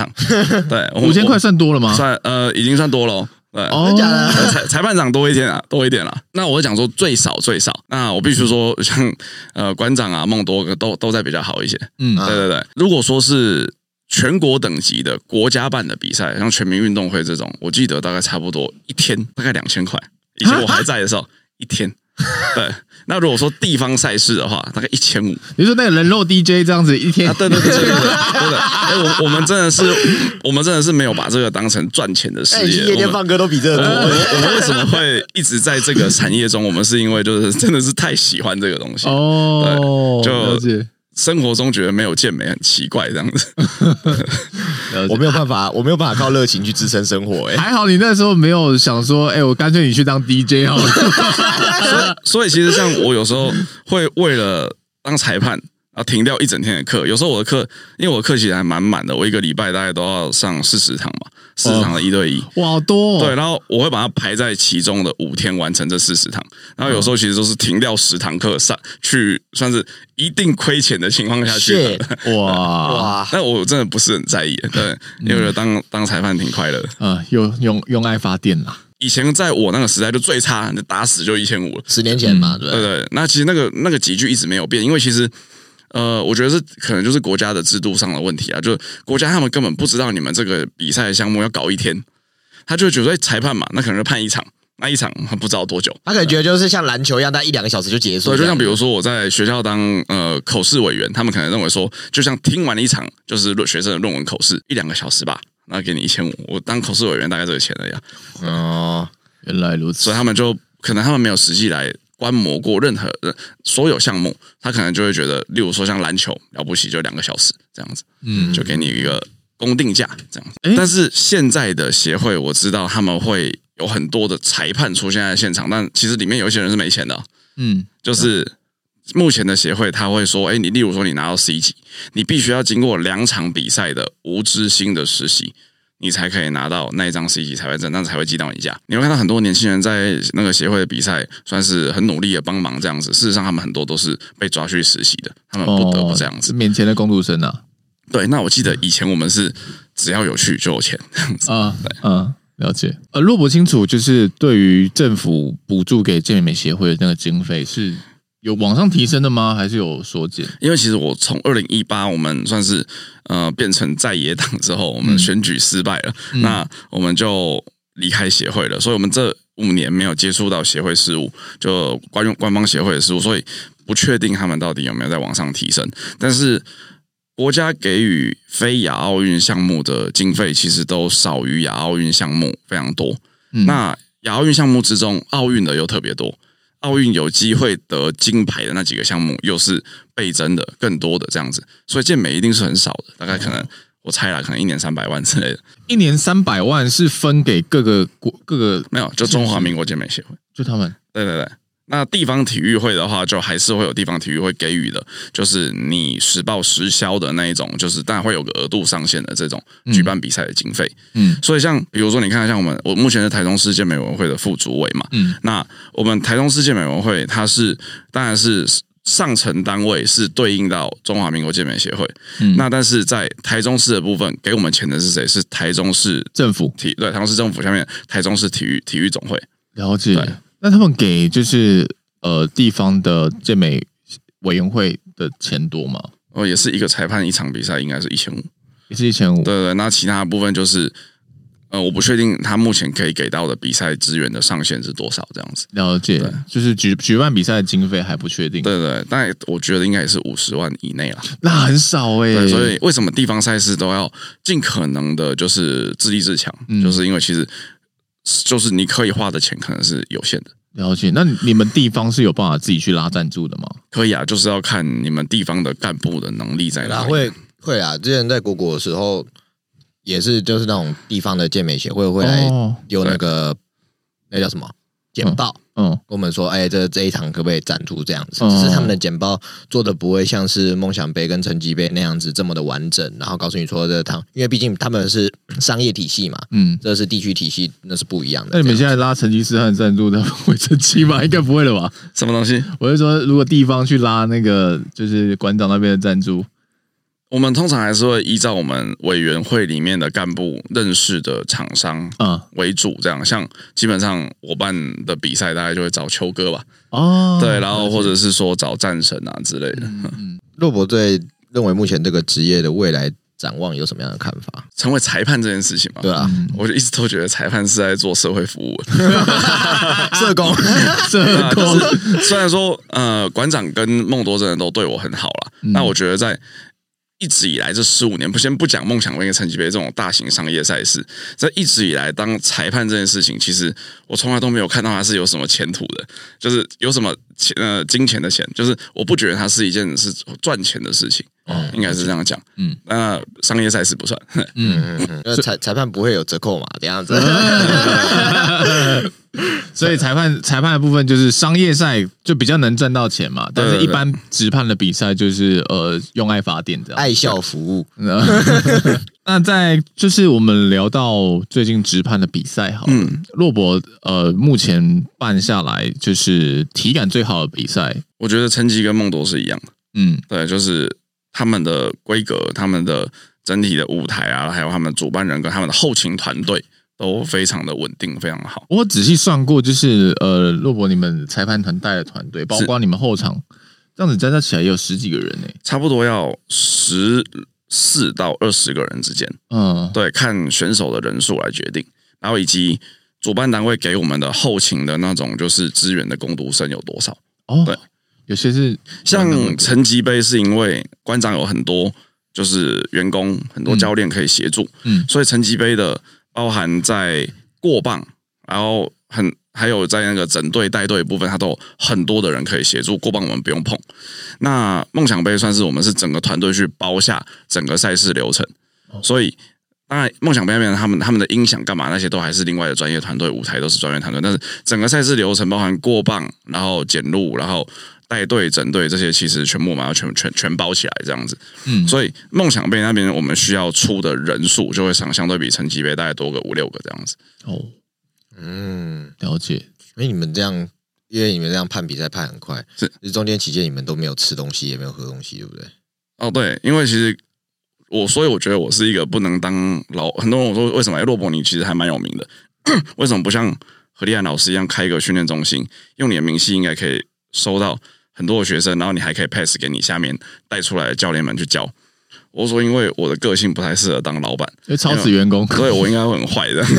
S1: ，5000块算多了吗？
S3: 已经算多了。对，
S2: 真的假的？
S3: 裁判长多一点啦。那我讲说最少，那我必须说像馆长啊、孟多都在比较好一些。对。如果说是全国等级的国家办的比赛，像全民运动会这种，我记得大概差不多一天大概2000块。以前我还在的时候，一天。对，那如果说地方赛事的话，大概1500。
S1: 你说那个人肉 DJ 这样子一天？
S3: 对。我们真的是没有把这个当成赚钱的事业。
S2: 夜店放歌都比这个多。
S3: 我们为什么会一直在这个产业中？我们是因为就是真的是太喜欢这个东西对，就生活中觉得没有健美很奇怪这样子。
S2: 我没有办法靠热情去支撑生活。
S1: 还好你那时候没有想说，我干脆你去当 DJ 好了。
S3: 所以其实像我有时候会为了当裁判，然后停掉一整天的课。有时候我的课，因为我的课其实还蛮满的，我一个礼拜大概都要上40堂嘛，40堂的1对1，
S1: 哇，好多
S3: 对，然后我会把它排在其中的5天完成这40堂，然后有时候其实都是停掉10堂课上去，算是一定亏钱的情况下去。哇！但我真的不是很在意，对，因为我觉得当裁判挺快乐的。
S1: 用爱发电啦。
S3: 以前在我那个时代就最差，打死就1500了。
S2: 10年前嘛，
S3: 对。那其实那个集聚一直没有变，因为其实我觉得是可能就是国家的制度上的问题啊，就国家他们根本不知道你们这个比赛的项目要搞1天，他就会觉得裁判嘛，那可能就判1场，那1场他不知道多久，
S2: 他可能觉得就是像篮球一样，大概1-2个小时就结束。
S3: 对，就像比如说我在学校当口试委员，他们可能认为说，就像听完了一场就是学生的论文口试1-2个小时吧。那给你1500，我当口试委员大概这个钱了呀。
S1: 原来如此，
S3: 所以他们就可能他们没有实际来观摩过任何所有项目，他可能就会觉得，例如说像篮球了不起就2个小时这样子，就给你一个公定价这样子。但是现在的协会我知道他们会有很多的裁判出现在现场，但其实里面有一些人是没钱的，就是目前的协会他会说，你例如说你拿到 C 级，你必须要经过2场比赛的无支薪的实习， 你才可以拿到那一张 C 级裁判证，那才会寄到你家。你会看到很多年轻人在那个协会的比赛，算是很努力的帮忙这样子。事实上，他们很多都是被抓去实习的，他们不得不这样子。
S1: 免钱的工读生啊。
S3: 对，那我记得以前我们是只要有去就有钱这样子。
S1: 了解。洛博清楚，就是对于政府补助给健美协会的那个经费是有往上提升的吗？还是有缩减？
S3: 因为其实我从2018我们算是变成在野党之后，我们选举失败了，那我们就离开协会了，所以我们这5年没有接触到协会事务，就官方协会的事务，所以不确定他们到底有没有在往上提升。但是国家给予非亚奥运项目的经费，其实都少于亚奥运项目非常多。那亚奥运项目之中，奥运的又特别多。奥运有机会得金牌的那几个项目，又是倍增的更多的这样子，所以健美一定是很少的，大概可能我猜啦，可能1年300万之类的。
S1: 1年300万是分给各个
S3: 没有，就中华民国健美协会，
S1: 就他们。
S3: 对。那地方体育会的话，就还是会有地方体育会给予的，就是你实报实销的那一种，就是当然会有个额度上限的这种举办比赛的经费。所以像比如说，你看像我目前是台中市健美委员会的副主委嘛，那我们台中市健美委员会，它是当然是上层单位是对应到中华民国健美协会，那但是在台中市的部分，给我们钱的是谁？是台中市
S1: 政府
S3: 对，台中市政府下面台中市体育总会。
S1: 了解。那他们给就是地方的健美委员会的钱多吗？
S3: 也是一个裁判一场比赛应该是1500，
S1: 也是1500。
S3: 对，那其他的部分就是我不确定他目前可以给到的比赛资源的上限是多少，这样子。
S1: 了解，就是举办比赛的经费还不确定。
S3: 对，但我觉得应该也是50万以内啦。
S1: 那很少
S3: 对，所以为什么地方赛事都要尽可能的就是自立自强，就是因为其实就是你可以花的钱可能是有限的。
S1: 了解。那你们地方是有办法自己去拉赞助的吗？
S3: 可以啊，就是要看你们地方的干部的能力在哪里。
S2: 会啊，之前在国的时候也是，就是那种地方的健美协会会来丢那个那叫什么简报，跟我们说，这一场可不可以赞助这样子？只是他们的简报做的不会像是梦想杯跟成绩杯那样子这么的完整，然后告诉你说因为毕竟他们是商业体系嘛，这是地区体系，那是不一样的。
S1: 那你们现在拉成吉思汗赞助，他们会生气吗？应该不会了吧？
S3: 什么东西？
S1: 我是说，如果地方去拉那个就是馆长那边的赞助。
S3: 我们通常还是会依照我们委员会里面的干部认识的厂商为主，这样像基本上我办的比赛，大概就会找球哥吧，对，然后或者是说找战神啊之类的。
S2: 洛博对认为目前这个职业的未来展望有什么样的看法？
S3: 成为裁判这件事情嘛，
S2: 对啊，
S3: 我就一直都觉得裁判是在做社会服务的，
S2: 社工。
S3: 虽然说馆长跟孟多真的都对我很好啦，那我觉得在一直以来这15年，先不讲梦想杯跟成绩杯这种大型商业赛事，在一直以来当裁判这件事情，其实我从来都没有看到它是有什么前途的，就是有什么金钱的钱，就是我不觉得它是一件是赚钱的事情，应该是这样讲。那商业赛事不算。
S2: 裁判不会有折扣嘛？这样子。
S1: 所以裁判的部分就是商业赛就比较能赚到钱嘛，但是一般职判的比赛就是用爱发电这样，
S2: 爱校服务。
S1: 那在就是我们聊到最近职判的比赛好了，洛博目前办下来就是体感最好的比赛，
S3: 我觉得成绩跟梦多是一样的。对，就是他们的规格、他们的整体的舞台啊，还有他们主办人跟他们的后勤团队都非常的稳定，非常好。
S1: 我仔细算过，就是洛博你们裁判团带的团队，包括你们后场，这样子加起来也有10几个人呢，
S3: 差不多要14到20个人之间。对，看选手的人数来决定，然后以及主办单位给我们的后勤的那种就是支援的工读生有多少。对，
S1: 有些是
S3: 像成绩杯是因为馆长有很多就是员工，很多教练可以协助，所以成绩杯的包含在过磅，然后还有在那个整队带队的部分，他都有很多的人可以协助。过磅我们不用碰。那梦想杯算是我们是整个团队去包下整个赛事流程，所以当然梦想杯那边他们的音响干嘛那些都还是另外的专业团队，舞台都是专业团队，但是整个赛事流程包含过磅，然后检录，然后带队、整队这些，其实全部我们要全包起来这样子。所以梦想杯那边我们需要出的人数就会相对比成绩杯大概多个5-6个这样子。
S1: 了解。
S2: 因为你们这样判比赛判很快，是中间期间你们都没有吃东西，也没有喝东西，对不对？
S3: 对，因为其实所以我觉得我是一个不能当很多人我说为什么洛伯尼其实还蛮有名的，为什么不像何立安老师一样开一个训练中心，用你的名气应该可以收到很多的学生，然后你还可以 pass 给你下面带出来的教练们去教。我说因为我的个性不太适合当老板，
S1: 因为超死员工，
S3: 所以我应该会很坏的。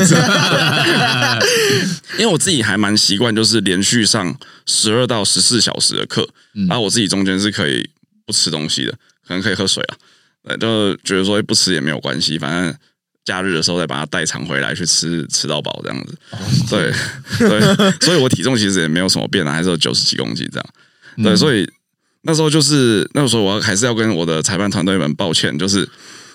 S3: 因为我自己还蛮习惯，就是连续上12到14小时的课，然后我自己中间是可以不吃东西的，可能可以喝水啊，就觉得说不吃也没有关系，反正假日的时候再把它带长回来去吃到饱这样子。对，所以我体重其实也没有什么变，还是有90几公斤这样。对，所以那时候我还是要跟我的裁判团队们抱歉，就是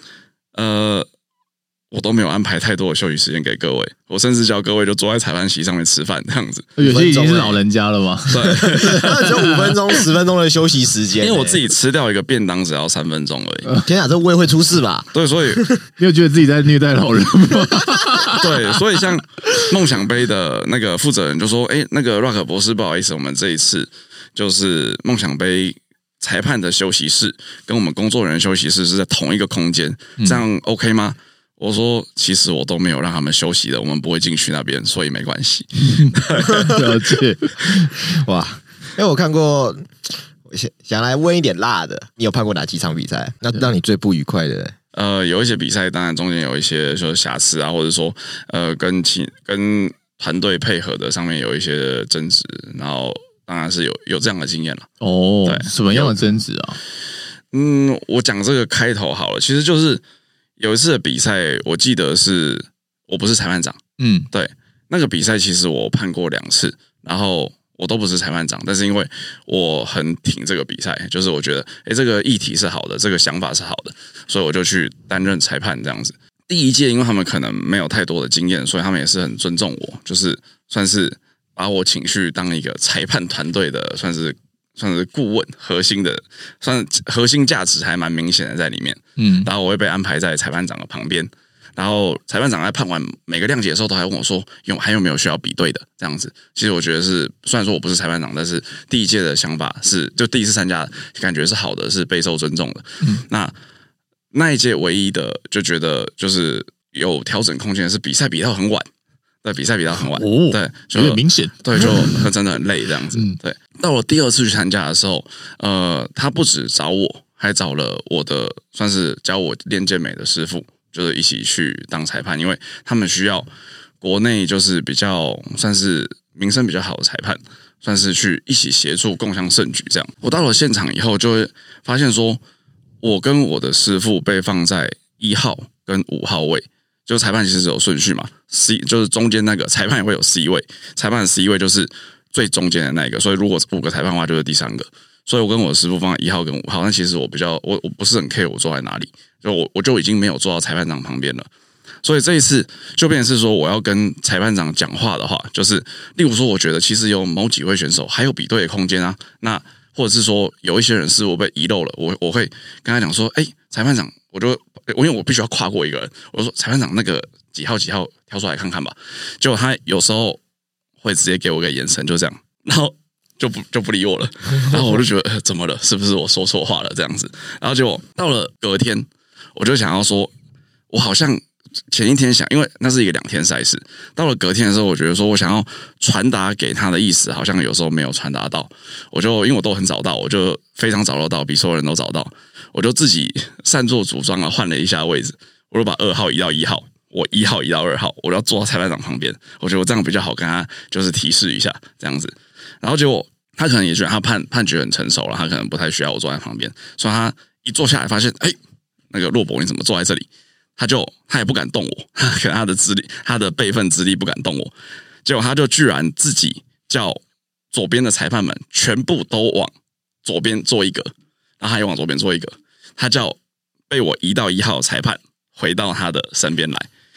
S3: 我都没有安排太多的休息时间给各位，我甚至叫各位就坐在裁判席上面吃饭这样子。
S1: 有些已经是老人家了嘛，
S2: 对，只有5分钟、10分钟的休息时间，
S3: 因为我自己吃掉一个便当只要3分钟而已。
S2: 天啊，这胃会出事吧？
S3: 对，所以
S1: 你有觉得自己在虐待老人吗？
S3: 对，所以像梦想杯的那个负责人就说：“那个 Rock 博士，不好意思，我们这一次就是梦想杯裁判的休息室跟我们工作人员休息室是在同一个空间，这样 OK 吗？”我说：“其实我都没有让他们休息的，我们不会进去那边，所以没关系。”
S1: 了解。
S2: 哇，因为我看过，想来问一点辣的，你有判过哪几场比赛？那让你最不愉快的？
S3: 有一些比赛，当然中间有一些说瑕疵啊，或者说跟团队配合的上面有一些争执，然后当然是有这样的经验了。
S1: 对，什么样的争执啊？
S3: 我讲这个开头好了，其实就是有一次的比赛，我记得我不是裁判长，对，那个比赛其实我判过2次，然后我都不是裁判长，但是因为我很挺这个比赛，就是我觉得这个议题是好的，这个想法是好的，所以我就去担任裁判这样子。第一届因为他们可能没有太多的经验，所以他们也是很尊重我，就是算是把我请去当一个裁判团队的算是顾问，核心价值还蛮明显的在里面。然后我会被安排在裁判长的旁边，然后裁判长在判完每个亮节的时候，都还问我说还有没有需要比对的这样子。其实我觉得虽然说我不是裁判长，但是第一届的想法就第一次参加，感觉是好的，是备受尊重的。那一届唯一的就觉得就是有调整空间的是比赛比到很晚。对，比赛比较很晚，对，
S1: 有点明显，
S3: 对，就真的很累这样子。对，到我第2次去参加的时候，他不止找我，还找了我的算是教我练健美的师傅，就是一起去当裁判，因为他们需要国内就是比较算是名声比较好的裁判，算是去一起协助共襄盛举这样。我到了现场以后，就会发现说，我跟我的师傅被放在1号跟5号位。就裁判其实是有顺序嘛 ，C 就是中间那个裁判也会有 C 位，裁判的 C 位就是最中间的那一个，所以如果5个裁判的话就是第3个，所以我跟我的师傅放在1号跟5号，但其实我不是很 care 我坐在哪里，就我就已经没有坐到裁判长旁边了，所以这一次就变成是说我要跟裁判长讲话的话，就是例如说我觉得其实有某几位选手还有比对的空间啊，那或者是说有一些人是我被遗漏了，我会跟他讲说，裁判长，因为我必须要跨过一个人，我说裁判长那个几号挑出来看看吧。结果他有时候会直接给我个眼神，就这样，然后就不理我了。然后我就觉得怎么了？是不是我说错话了这样子？然后结果到了隔天，我就想要说，我好像前一天想，因为那是一个2天赛事，到了隔天的时候，我觉得说我想要传达给他的意思，好像有时候没有传达到。因为我都很早到，我就非常早到，比所有人都早到。我就自己擅作主张啊，换了一下位置，我就把2号移到1号，我1号移到2号，我要坐到裁判长旁边，我觉得我这样比较好跟他就是提示一下这样子。然后结果他可能也觉得他判决很成熟了，他可能不太需要我坐在旁边，所以他一坐下来发现，那个洛伯你怎么坐在这里？他也不敢动我，可能他的辈分资历不敢动我，结果他就居然自己叫左边的裁判们全部都往左边坐一个。然后他也往左边坐一个，他叫被我移到1号裁判回到他的身边来，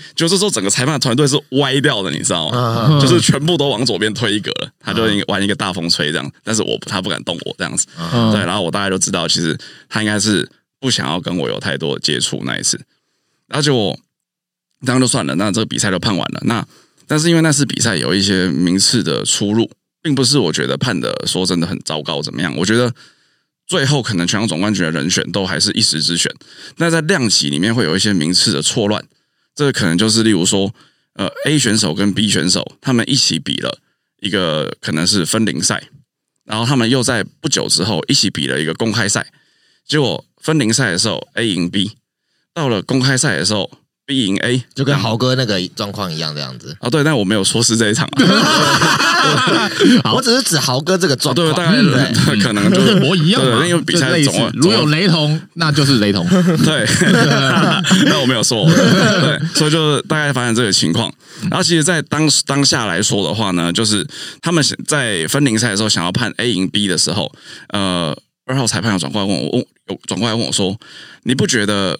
S3: 就这时候整个裁判团队是歪掉的，你知道吗？就是全部都往左边推一格了，他就玩一个大风吹这样，但是他不敢动我这样子，对，然后我大概就知道，其实他应该是不想要跟我有太多的接触那一次，然后结果这样就算了，那这个比赛就判完了。但是因为那次比赛有一些名次的出入，并不是我觉得判的说真的很糟糕怎么样，我觉得最后可能全场总冠军的人选都还是一时之选。那在量级里面会有一些名次的错乱，这个可能就是例如说A 选手跟 B 选手他们一起比了一个可能是分龄赛，然后他们又在不久之后一起比了一个公开赛，结果分龄赛的时候 A 赢 B， 到了公开赛的时候B 赢 A，
S2: 就跟豪哥那个状况一样这样子
S3: 啊。对，但我没有说是这一场
S2: 我只是指豪哥这个状况，
S3: 对，大概可能就是
S1: 模一样嘛，
S3: 对，因为比赛
S1: 如有雷同，那就是雷同。
S3: 对，那我没有说，对，所以就大概发现这个情况。然后其实，在当下来说的话呢，就是他们在分龄赛的时候想要判 A 赢 B 的时候，2号裁判有转过来问我说：“你不觉得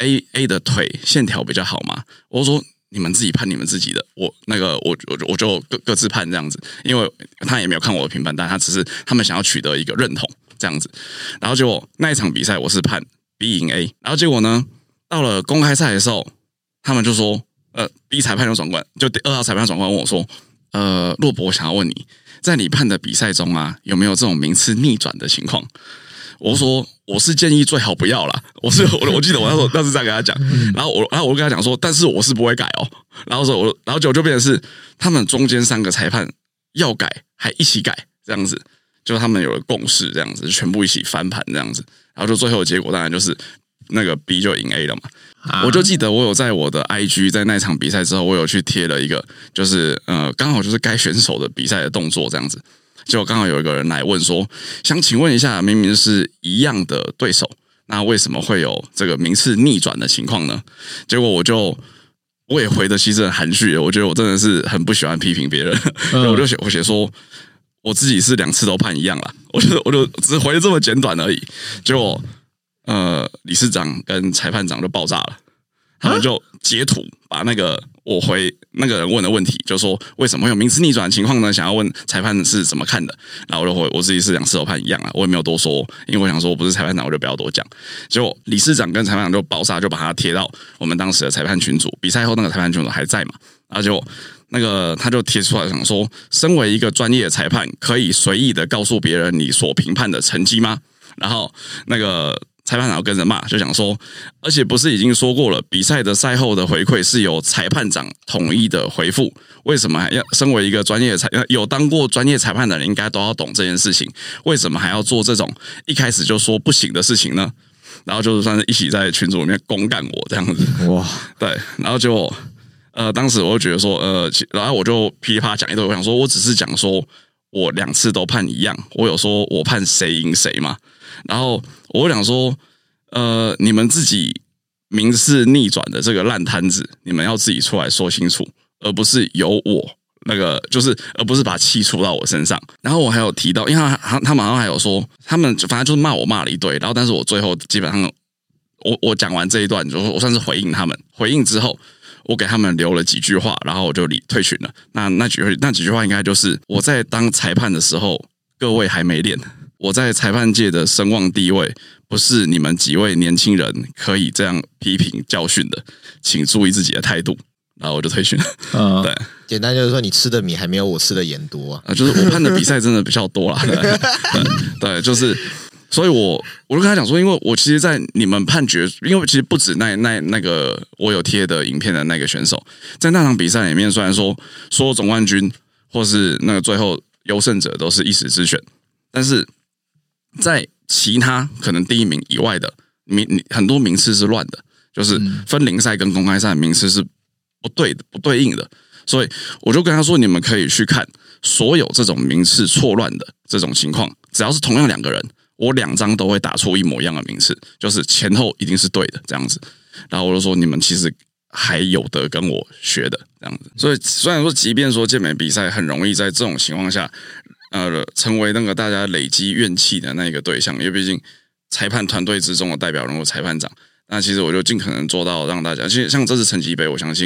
S3: A 的腿线条比较好吗？”我说：“你们自己判你们自己的，我就各自判这样子，因为他也没有看我的评判单，他只是他们想要取得一个认同这样子。然后结果那一场比赛我是判 B 赢 A， 然后结果呢，到了公开赛的时候，他们就说，B 裁判有转过来，就2号裁判转过来问我说，洛博想要问你，在你判的比赛中啊，有没有这种名次逆转的情况？”我说我是建议最好不要啦，我记得我那是这样跟他讲，然后我跟他讲说，但是我是不会改哦，然后就变成是他们中间3个裁判要改还一起改这样子，就他们有了共识这样子，全部一起翻盘这样子，然后就最后的结果当然就是那个 B 就赢 A 了嘛。我就记得我有在我的 IG 在那场比赛之后，我有去贴了一个就是刚好就是该选手的比赛的动作这样子。结果刚好有一个人来问说，想请问一下，明明是一样的对手，那为什么会有这个名次逆转的情况呢？结果我也回的其实很含蓄，我觉得我真的是很不喜欢批评别人，我写说我自己是2次都判一样啦，我就只回的这么简短而已。结果理事长跟裁判长就爆炸了，他们就截图把那个我回那个人问的问题，就说为什么会有名次逆转的情况呢？想要问裁判是怎么看的，然后我就回我自己是2次都判一样啊，我也没有多说，因为我想说我不是裁判长，我就不要多讲。结果理事长跟裁判长就爆炸，就把他贴到我们当时的裁判群组，比赛后那个裁判群组还在嘛，然后结果那个他就贴出来想说，身为一个专业裁判，可以随意的告诉别人你所评判的成绩吗？然后那个裁判长跟着骂，就想说，而且不是已经说过了，比赛的赛后的回馈是由裁判长统一的回复，为什么还要身为一个专业有当过专业裁判的人，应该都要懂这件事情，为什么还要做这种一开始就说不行的事情呢？然后就算是一起在群组里面公干我这样子，哇，对，然后就当时我就觉得说，然后我就噼里啪啦讲一堆，我想说我只是讲说我2次都判一样，我有说我判谁赢谁嘛。然后我想说，你们自己名次逆转的这个烂摊子，你们要自己出来说清楚，而不是由我那个，就是而不是把气出到我身上。然后我还有提到，因为他们好像还有说，他们反正就是骂我骂了一堆，然后但是我最后基本上我讲完这一段，就我算是回应他们，回应之后。我给他们留了几句话，然后我就退群了。那几句话应该就是我在当裁判的时候，各位还没练。我在裁判界的声望地位，不是你们几位年轻人可以这样批评教训的，请注意自己的态度。然后我就退群了。对，
S2: 简单就是说，你吃的米还没有我吃的盐多啊。
S3: 就是我判的比赛真的比较多啦。对，就是。所以我就跟他讲说，因为我其实，在你们判决，因为其实不止那个我有贴的影片的那个选手，在那场比赛里面，虽然说总冠军或是那个最后优胜者都是一时之选，但是在其他可能第1名以外的很多名次是乱的，就是分龄赛跟公开赛的名次是不对应的，所以我就跟他说，你们可以去看所有这种名次错乱的这种情况，只要是同样2个人。我2张都会打出一模一样的名次，就是前后一定是对的这样子。然后我就说，你们其实还有得跟我学的这样子。所以虽然说，即便说健美比赛很容易在这种情况下，成为那个大家累积怨气的那个对象，因为毕竟裁判团队之中的代表人物裁判长。那其实我就尽可能做到让大家，其实像这次成绩杯，我相信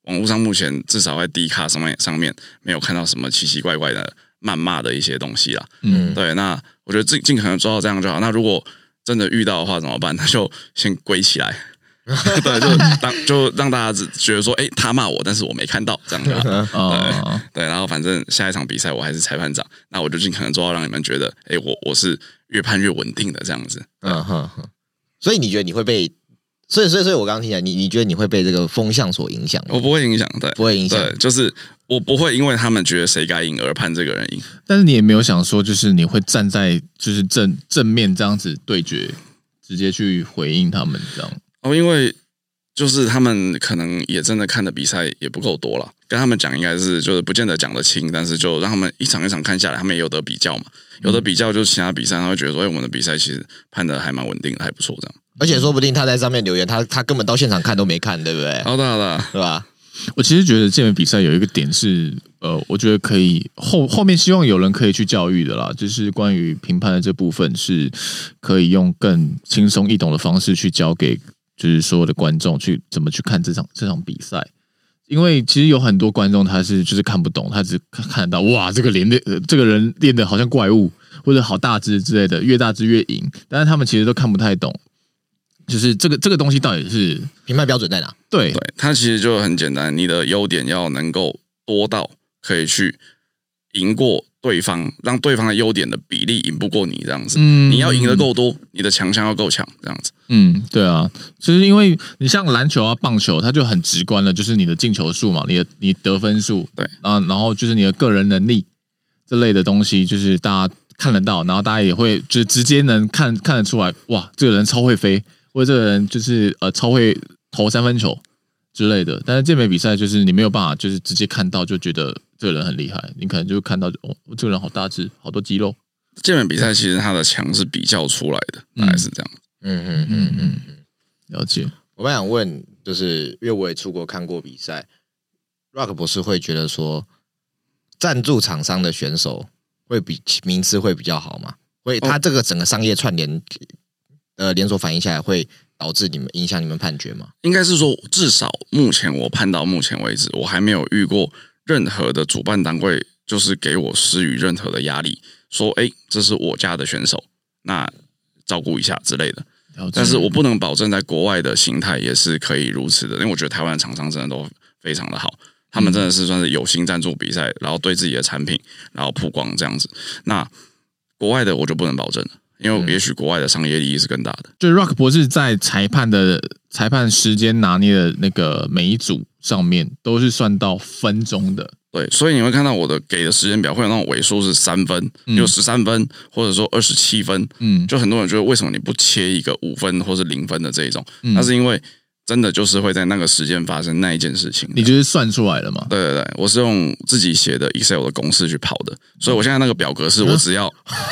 S3: 网络上目前至少在 D 卡上面没有看到什么奇奇怪怪的谩骂的一些东西啦。对，那我觉得尽可能做到这样就好。那如果真的遇到的话怎么办？那就先归起来。对，就让大家觉得说，他骂我，但是我没看到，这样就好。对，然后反正下一场比赛我还是裁判长，那我就尽可能做到让你们觉得，我是越判越稳定的这样子。
S2: 所以你觉得你会被？所以我刚刚听起来，你觉得你会被这个风向所影响？
S3: 我不会影响，对，
S2: 不会影响，
S3: 对，就是我不会因为他们觉得谁该赢而判这个人赢。
S1: 但是你也没有想说，就是你会站在就是正面这样子对决，直接去回应他们这样。
S3: 因为就是他们可能也真的看的比赛也不够多了，跟他们讲应该是就是不见得讲得清，但是就让他们一场一场看下来，他们也有得比较嘛，有的比较就是其他比赛，他会觉得说，我们的比赛其实判的还蛮稳定的，还不错这样。
S2: 而且说不定他在上面留言，他根本到现场看都没看，对不对？
S3: 好的，
S2: 对吧？
S1: 我其实觉得健美比赛有一个点是，我觉得可以后面希望有人可以去教育的啦，就是关于评判的这部分是可以用更轻松易懂的方式去教给就是所有的观众去怎么去看这场比赛。因为其实有很多观众他是就是看不懂，他只看得到哇这个人练的好像怪物或者好大只之类的，越大只越赢，但是他们其实都看不太懂。就是这个东西到底是
S2: 评判标准在哪？
S1: 对，
S3: 它其实就很简单，你的优点要能够多到可以去赢过对方，让对方的优点的比例赢不过你这样子。你要赢得够多，你的强项要够强这样子。
S1: 对啊，就是因为你像篮球啊、棒球，它就很直观了，就是你的进球数嘛，你得分数，
S3: 对
S1: 啊，然后就是你的个人能力这类的东西，就是大家看得到，然后大家也会就是直接能看得出来，哇，这个人超会飞。或者这个人就是超会投三分球之类的，但是健美比赛就是你没有办法就是直接看到就觉得这个人很厉害，你可能就看到这个人好大只，好多肌肉。
S3: 健美比赛其实它的强是比较出来的，大概是这样。
S1: 了解。
S2: 我们想问，就是因为我也出国看过比赛 ，Rock 博士会觉得说，赞助厂商的选手会比名次会比较好吗？会，他这个整个商业串联。连锁反应下来会导致影响你们判决吗？
S3: 应该是说，至少目前我判到目前为止，我还没有遇过任何的主办单位就是给我施予任何的压力，说这是我家的选手，那照顾一下之类的。但是我不能保证在国外的形态也是可以如此的，因为我觉得台湾的厂商真的都非常的好，他们真的是算是有心赞助比赛，然后对自己的产品然后曝光这样子。那国外的我就不能保证了。因为也许国外的商业利益是更大的。
S1: 就是 Rock 博士在裁判时间拿捏的那个每一组上面都是算到分钟的。
S3: 对，所以你会看到我的给的时间表会有那种尾数是3分，有13分，或者说27分。就很多人觉得为什么你不切一个5分或是0分的这一种？那是因为真的就是会在那个时间发生那一件事情。
S1: 你就是算出来了嘛？
S3: 对，我是用自己写的 Excel 的公式去跑的，所以我现在那个表格是我只要，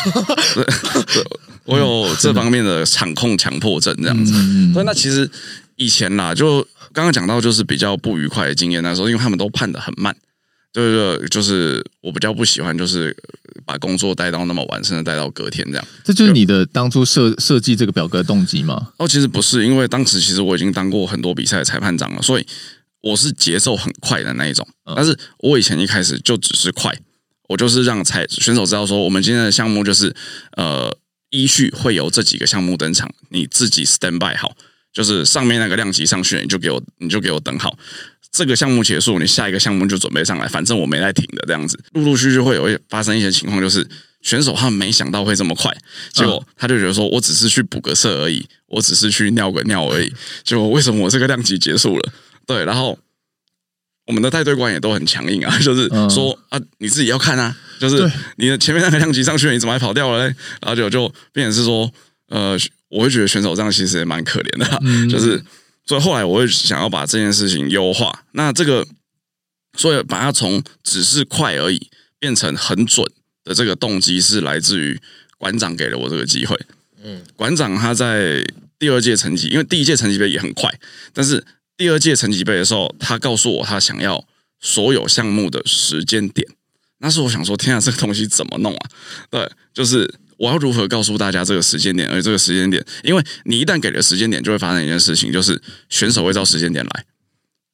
S3: 我有这方面的场控强迫症这样子。所以那其实以前啦，就刚刚讲到就是比较不愉快的经验，那时候因为他们都判得很慢。就是我比较不喜欢，就是把工作带到那么晚，甚至带到隔天这样。
S1: 这就是你的当初设计这个表格的动机吗？
S3: 其实不是，因为当时其实我已经当过很多比赛的裁判长了，所以我是节奏很快的那一种。但是我以前一开始就只是快，我就是让选手知道说，我们今天的项目就是依序会有这几个项目登场，你自己 stand by 好，就是上面那个量级上去了，你就给我等好。这个项目结束，你下一个项目就准备上来，反正我没在停的这样子，陆陆续续会有发生一些情况，就是选手他们没想到会这么快，结果他就觉得说我只是去补个色而已，我只是去尿个尿而已，结果为什么我这个量级结束了？对，然后我们的带队官也都很强硬啊，就是说你自己要看啊，就是你的前面那个量级上去了，你怎么还跑掉了嘞？然后就变成是说，我会觉得选手这样其实也蛮可怜的，就是。所以后来我会想要把这件事情优化，那这个所以把它从只是快而已变成很准的这个动机是来自于馆长给了我这个机会。馆长他在第2届成绩，因为第1届成绩杯也很快，但是第2届成绩杯的时候，他告诉我他想要所有项目的时间点。那时候我想说，天啊，这个东西怎么弄啊？对，就是我要如何告诉大家这个时间点？而且这个时间点，因为你一旦给了时间点，就会发生一件事情，就是选手会照时间点来。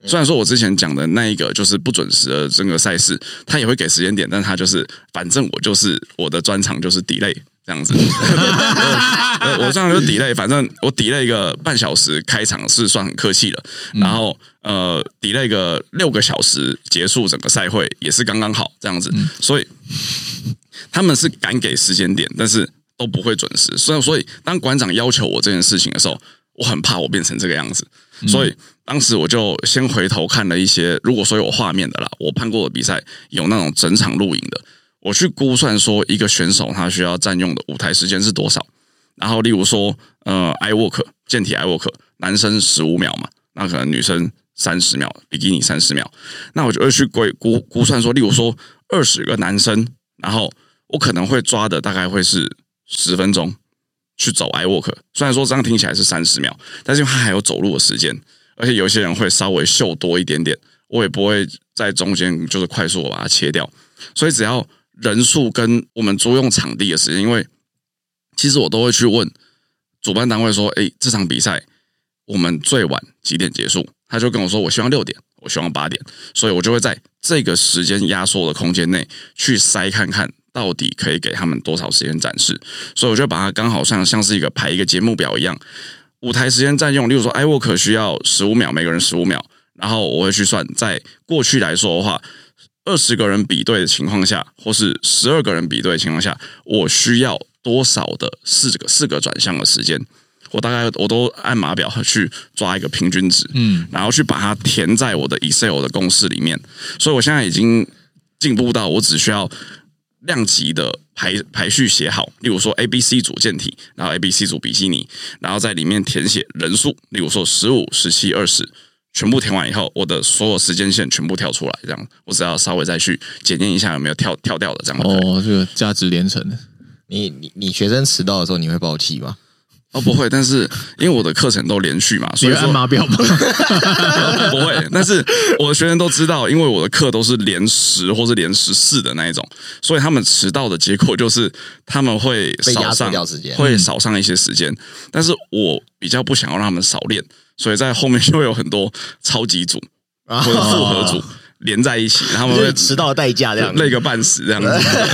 S3: 虽然说我之前讲的那一个就是不准时的这个赛事，他也会给时间点，但他就是反正我的专长就是 delay 这样子。我这样就 delay， 反正我 delay 一个半小时开场是算很客气了，然后delay 个6个小时结束整个赛会也是刚刚好这样子，所以他们是敢给时间点，但是都不会准时。所以当馆长要求我这件事情的时候，我很怕我变成这个样子，所以当时我就先回头看了一些，如果说有画面的啦，我看过的比赛有那种整场录影的，我去估算说一个选手他需要占用的舞台时间是多少。然后例如说iWalk 健体 iWalk 男生15秒嘛，那可能女生30秒，比基尼30秒，那我就会去估算说，例如说20个男生，然后我可能会抓的大概会是10分钟去走 iWalk， 虽然说这样听起来是30秒，但是因为他还有走路的时间，而且有些人会稍微秀多一点点，我也不会在中间就是快速把它切掉，所以只要人数跟我们租用场地的时间，因为其实我都会去问主办单位说，这场比赛我们最晚几点结束？他就跟我说，我希望6点，我希望8点，所以我就会在这个时间压缩的空间内去筛看看到底可以给他们多少时间展示，所以我就把它刚好像是排一个节目表一样，舞台时间占用，例如说 iWalk 需要15秒，每个人15秒，然后我会去算，在过去来说的话，20个人比对的情况下，或是12个人比对的情况下，我需要多少的4个转向的时间。我都按码表去抓一个平均值，然后去把它填在我的 Excel 的公式里面。所以我现在已经进步到我只需要量级的排序写好，例如说 ABC 组健体，然后 ABC 组比基尼，然后在里面填写人数，例如说15、17、20，全部填完以后，我的所有时间线全部跳出来，这样我只要稍微再去检验一下有没有跳掉的这样。
S1: 哦，这个价值连城的。
S2: 你学生迟到的时候你会爆气吗？
S3: 不会，但是因为我的课程都连续嘛，所以
S1: 你会按码表吗？
S3: 不会，但是我的学生都知道，因为我的课都是连10或是连14的那一种，所以他们迟到的结果就是他们会少上一些时间，但是我比较不想要让他们少练，所以在后面就会有很多超级组或者复合组连在一起，他们会
S2: 迟到的代价这样
S3: 累个半死这样子。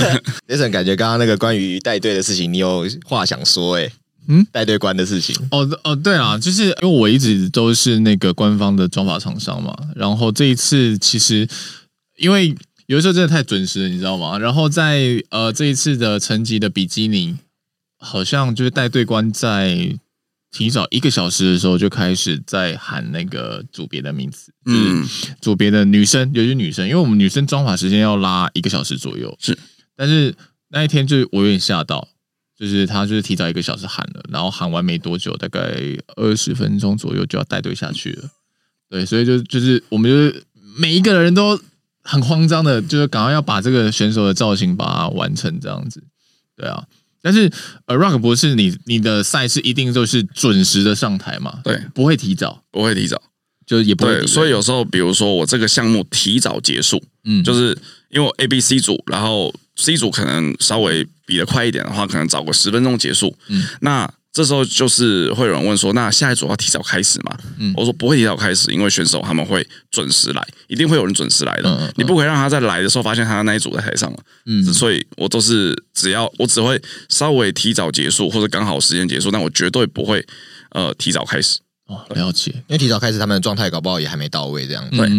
S2: Jason 感觉刚刚那个关于带队的事情，你有话想说带队官的事情
S1: 对啊，就是因为我一直都是那个官方的装法厂商嘛，然后这一次其实因为有的时候真的太准时了，你知道吗？然后在这一次的成绩的比基尼，好像就是带队官在提早1个小时的时候就开始在喊那个组别的名字，组别的女生，尤其女生，因为我们女生装法时间要拉1个小时左右，
S3: 是，
S1: 但是那一天就我有点吓到。就是他就是提早1个小时喊了，然后喊完没多久，大概20分钟左右就要带队下去了。对，所以就是我们就是每一个人都很慌张的，就是赶快要把这个选手的造型把它完成这样子。对啊，但是Rock 博士，你的赛事一定都是准时的上台嘛？
S3: 对，
S1: 不会提早，就也不会。
S3: 对，所以有时候比如说我这个项目提早结束，就是因为我 A、B、C 组，然后 C 组可能稍微比得快一点的话，可能早个10分钟结束。那这时候就是会有人问说，那下一组要提早开始吗？我说不会提早开始，因为选手他们会准时来，一定会有人准时来的。你不可以让他在来的时候发现他那一组在台上了。所以我都是我只会稍微提早结束或者刚好时间结束，但我绝对不会提早开始。
S1: 了解，
S2: 因为提早开始他们的状态搞不好也还没到位，这样
S3: 对，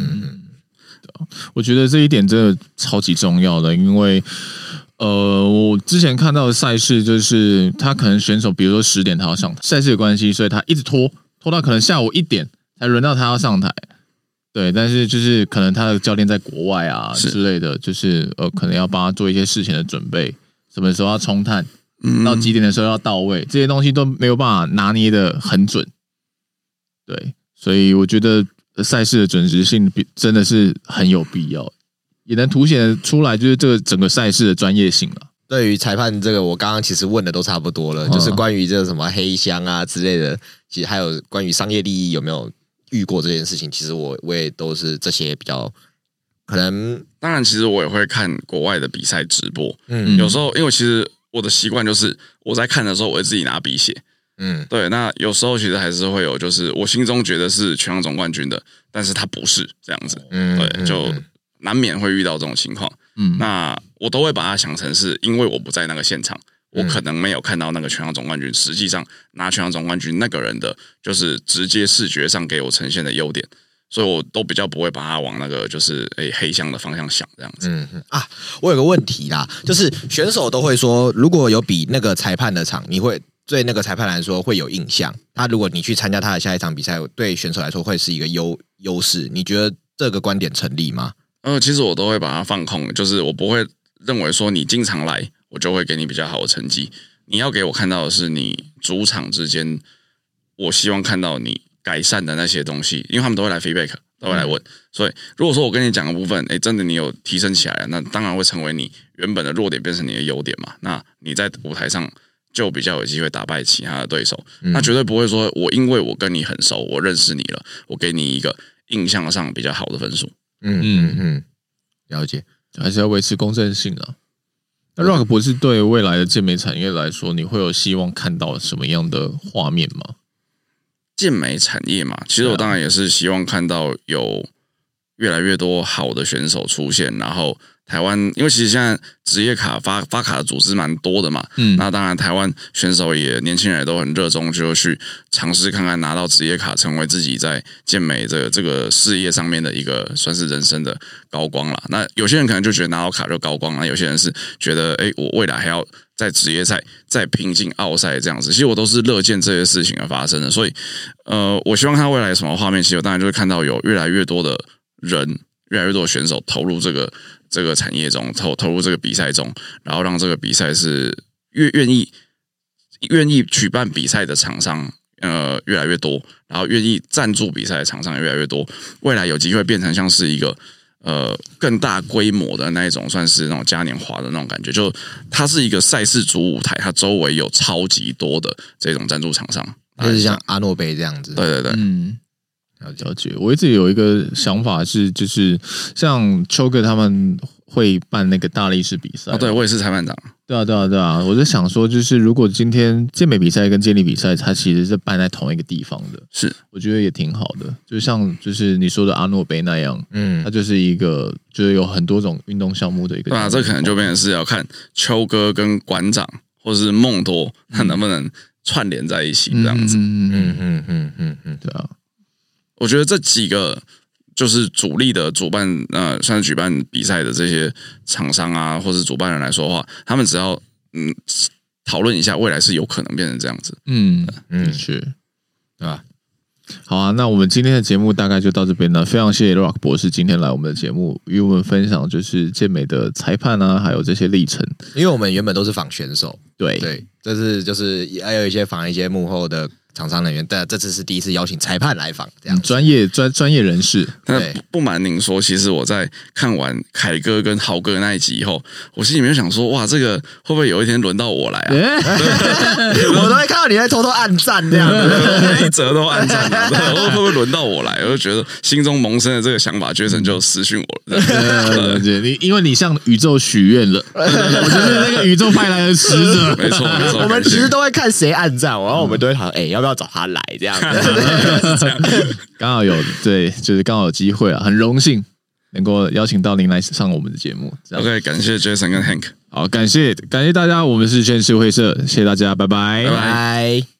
S1: 我觉得这一点真的超级重要的，因为我之前看到的赛事就是他可能选手比如说10点他要上台，赛事的关系，所以他一直拖到可能下午1点才轮到他要上台。对，但是就是可能他的教练在国外啊之类的，就是可能要帮他做一些事情的准备，什么时候要冲碳，到几点的时候要到位，这些东西都没有办法拿捏的很准。对，所以我觉得赛事的准时性真的是很有必要，也能凸显出来就是这个整个赛事的专业性了。
S2: 对于裁判这个，我刚刚其实问的都差不多了，就是关于这个什么黑箱啊之类的，其实还有关于商业利益有没有遇过这件事情，其实我也都是这些比较可能。
S3: 当然，其实我也会看国外的比赛直播，有时候因为其实我的习惯就是我在看的时候，我会自己拿笔写。 对。那有时候其实还是会有，就是我心中觉得是全场总冠军的，但是他不是这样子，对，就难免会遇到这种情况。那我都会把它想成是因为我不在那个现场，我可能没有看到那个全场总冠军，实际上拿全场总冠军那个人的就是直接视觉上给我呈现的优点。所以我都比较不会把它往那个就是黑箱的方向想这样子。
S2: 我有个问题啦，就是选手都会说，如果有比那个裁判的场，你会对那个裁判来说会有印象。他如果你去参加他的下一场比赛，对选手来说会是一个优势。你觉得这个观点成立吗？
S3: 其实我都会把它放空，就是我不会认为说你经常来，我就会给你比较好的成绩。你要给我看到的是你主场之间，我希望看到你改善的那些东西，因为他们都会来 feedback， 都会来问。所以如果说我跟你讲的部分，真的你有提升起来了，那当然会成为你原本的弱点变成你的优点嘛。那你在舞台上就比较有机会打败其他的对手。那绝对不会说我因为我跟你很熟，我认识你了，我给你一个印象上比较好的分数。
S2: 了解，
S1: 还是要维持公正性啊。那 Rock 博士对未来的健美产业来说，你会有希望看到什么样的画面吗？
S3: 健美产业嘛，其实我当然也是希望看到有越来越多好的选手出现，然后台湾，因为其实现在职业卡发卡的组织蛮多的嘛，那当然台湾选手也年轻人也都很热衷，就去尝试看看拿到职业卡，成为自己在健美这个事业上面的一个算是人生的高光啦。那有些人可能就觉得拿到卡就高光，那有些人是觉得我未来还要在职业赛再拼进奥赛这样子，其实我都是乐见这些事情而发生的。所以我希望看未来有什么画面，其实我当然就会看到有越来越多的人，越来越多的选手投入这个产业中，投入这个比赛中，然后让这个比赛是愿意举办比赛的厂商越来越多，然后愿意赞助比赛的厂商也越来越多，未来有机会变成像是一个更大规模的那一种，算是那种嘉年华的那种感觉，就它是一个赛事主舞台，它周围有超级多的这种赞助厂商，
S2: 就是像阿诺杯这样子。
S3: 对，
S1: 了解。我一直有一个想法是，就是像秋哥他们会办那个大力士比赛。
S3: 对，我也是裁判长。
S1: 对啊，我在想说，就是如果今天健美比赛跟健力比赛，它其实是办在同一个地方的，
S3: 是
S1: 我觉得也挺好的。就像就是你说的阿诺杯那样，它就是一个就是有很多种运动项目的一个。
S3: 对啊，这可能就变成是要看秋哥跟馆长或是梦多他能不能串联在一起这样子。
S1: 对啊。
S3: 我觉得这几个就是主力的主办算是举办比赛的这些厂商啊，或是主办人来说的话，他们只要讨论一下，未来是有可能变成这样子。
S1: 是，对吧？好啊，那我们今天的节目大概就到这边了。非常谢谢 Rock 博士今天来我们的节目，与我们分享就是健美的裁判啊，还有这些历程。
S2: 因为我们原本都是访选手，
S1: 对，
S2: 这次就是还有一些访一些幕后的厂商人员，但这次是第一次邀请裁判来访，这样
S1: 专业人士。
S3: 但不瞒您说，其实我在看完凯哥跟豪哥那一集以后，我心里面想说，哇，这个会不会有一天轮到我来啊？
S2: 我都会看到你在偷偷按赞这样子，
S3: 一则都按赞，会不会轮到我来？我就觉得心中萌生的这个想法，Jason就私讯我了。
S1: 因为你向宇宙许愿了，我就是那个宇宙派来的使者。
S3: 没错。
S2: 我们其实都会看谁按赞，然后我们都会想，要不要找他来这样子？
S1: 刚好有就是刚好有机会啊，很荣幸能够邀请到您来上我们的节目。
S3: OK， 感谢 Jason 跟 Hank。
S1: 好，感谢大家，我们是全时会社，谢谢大家，拜拜，
S2: 拜拜。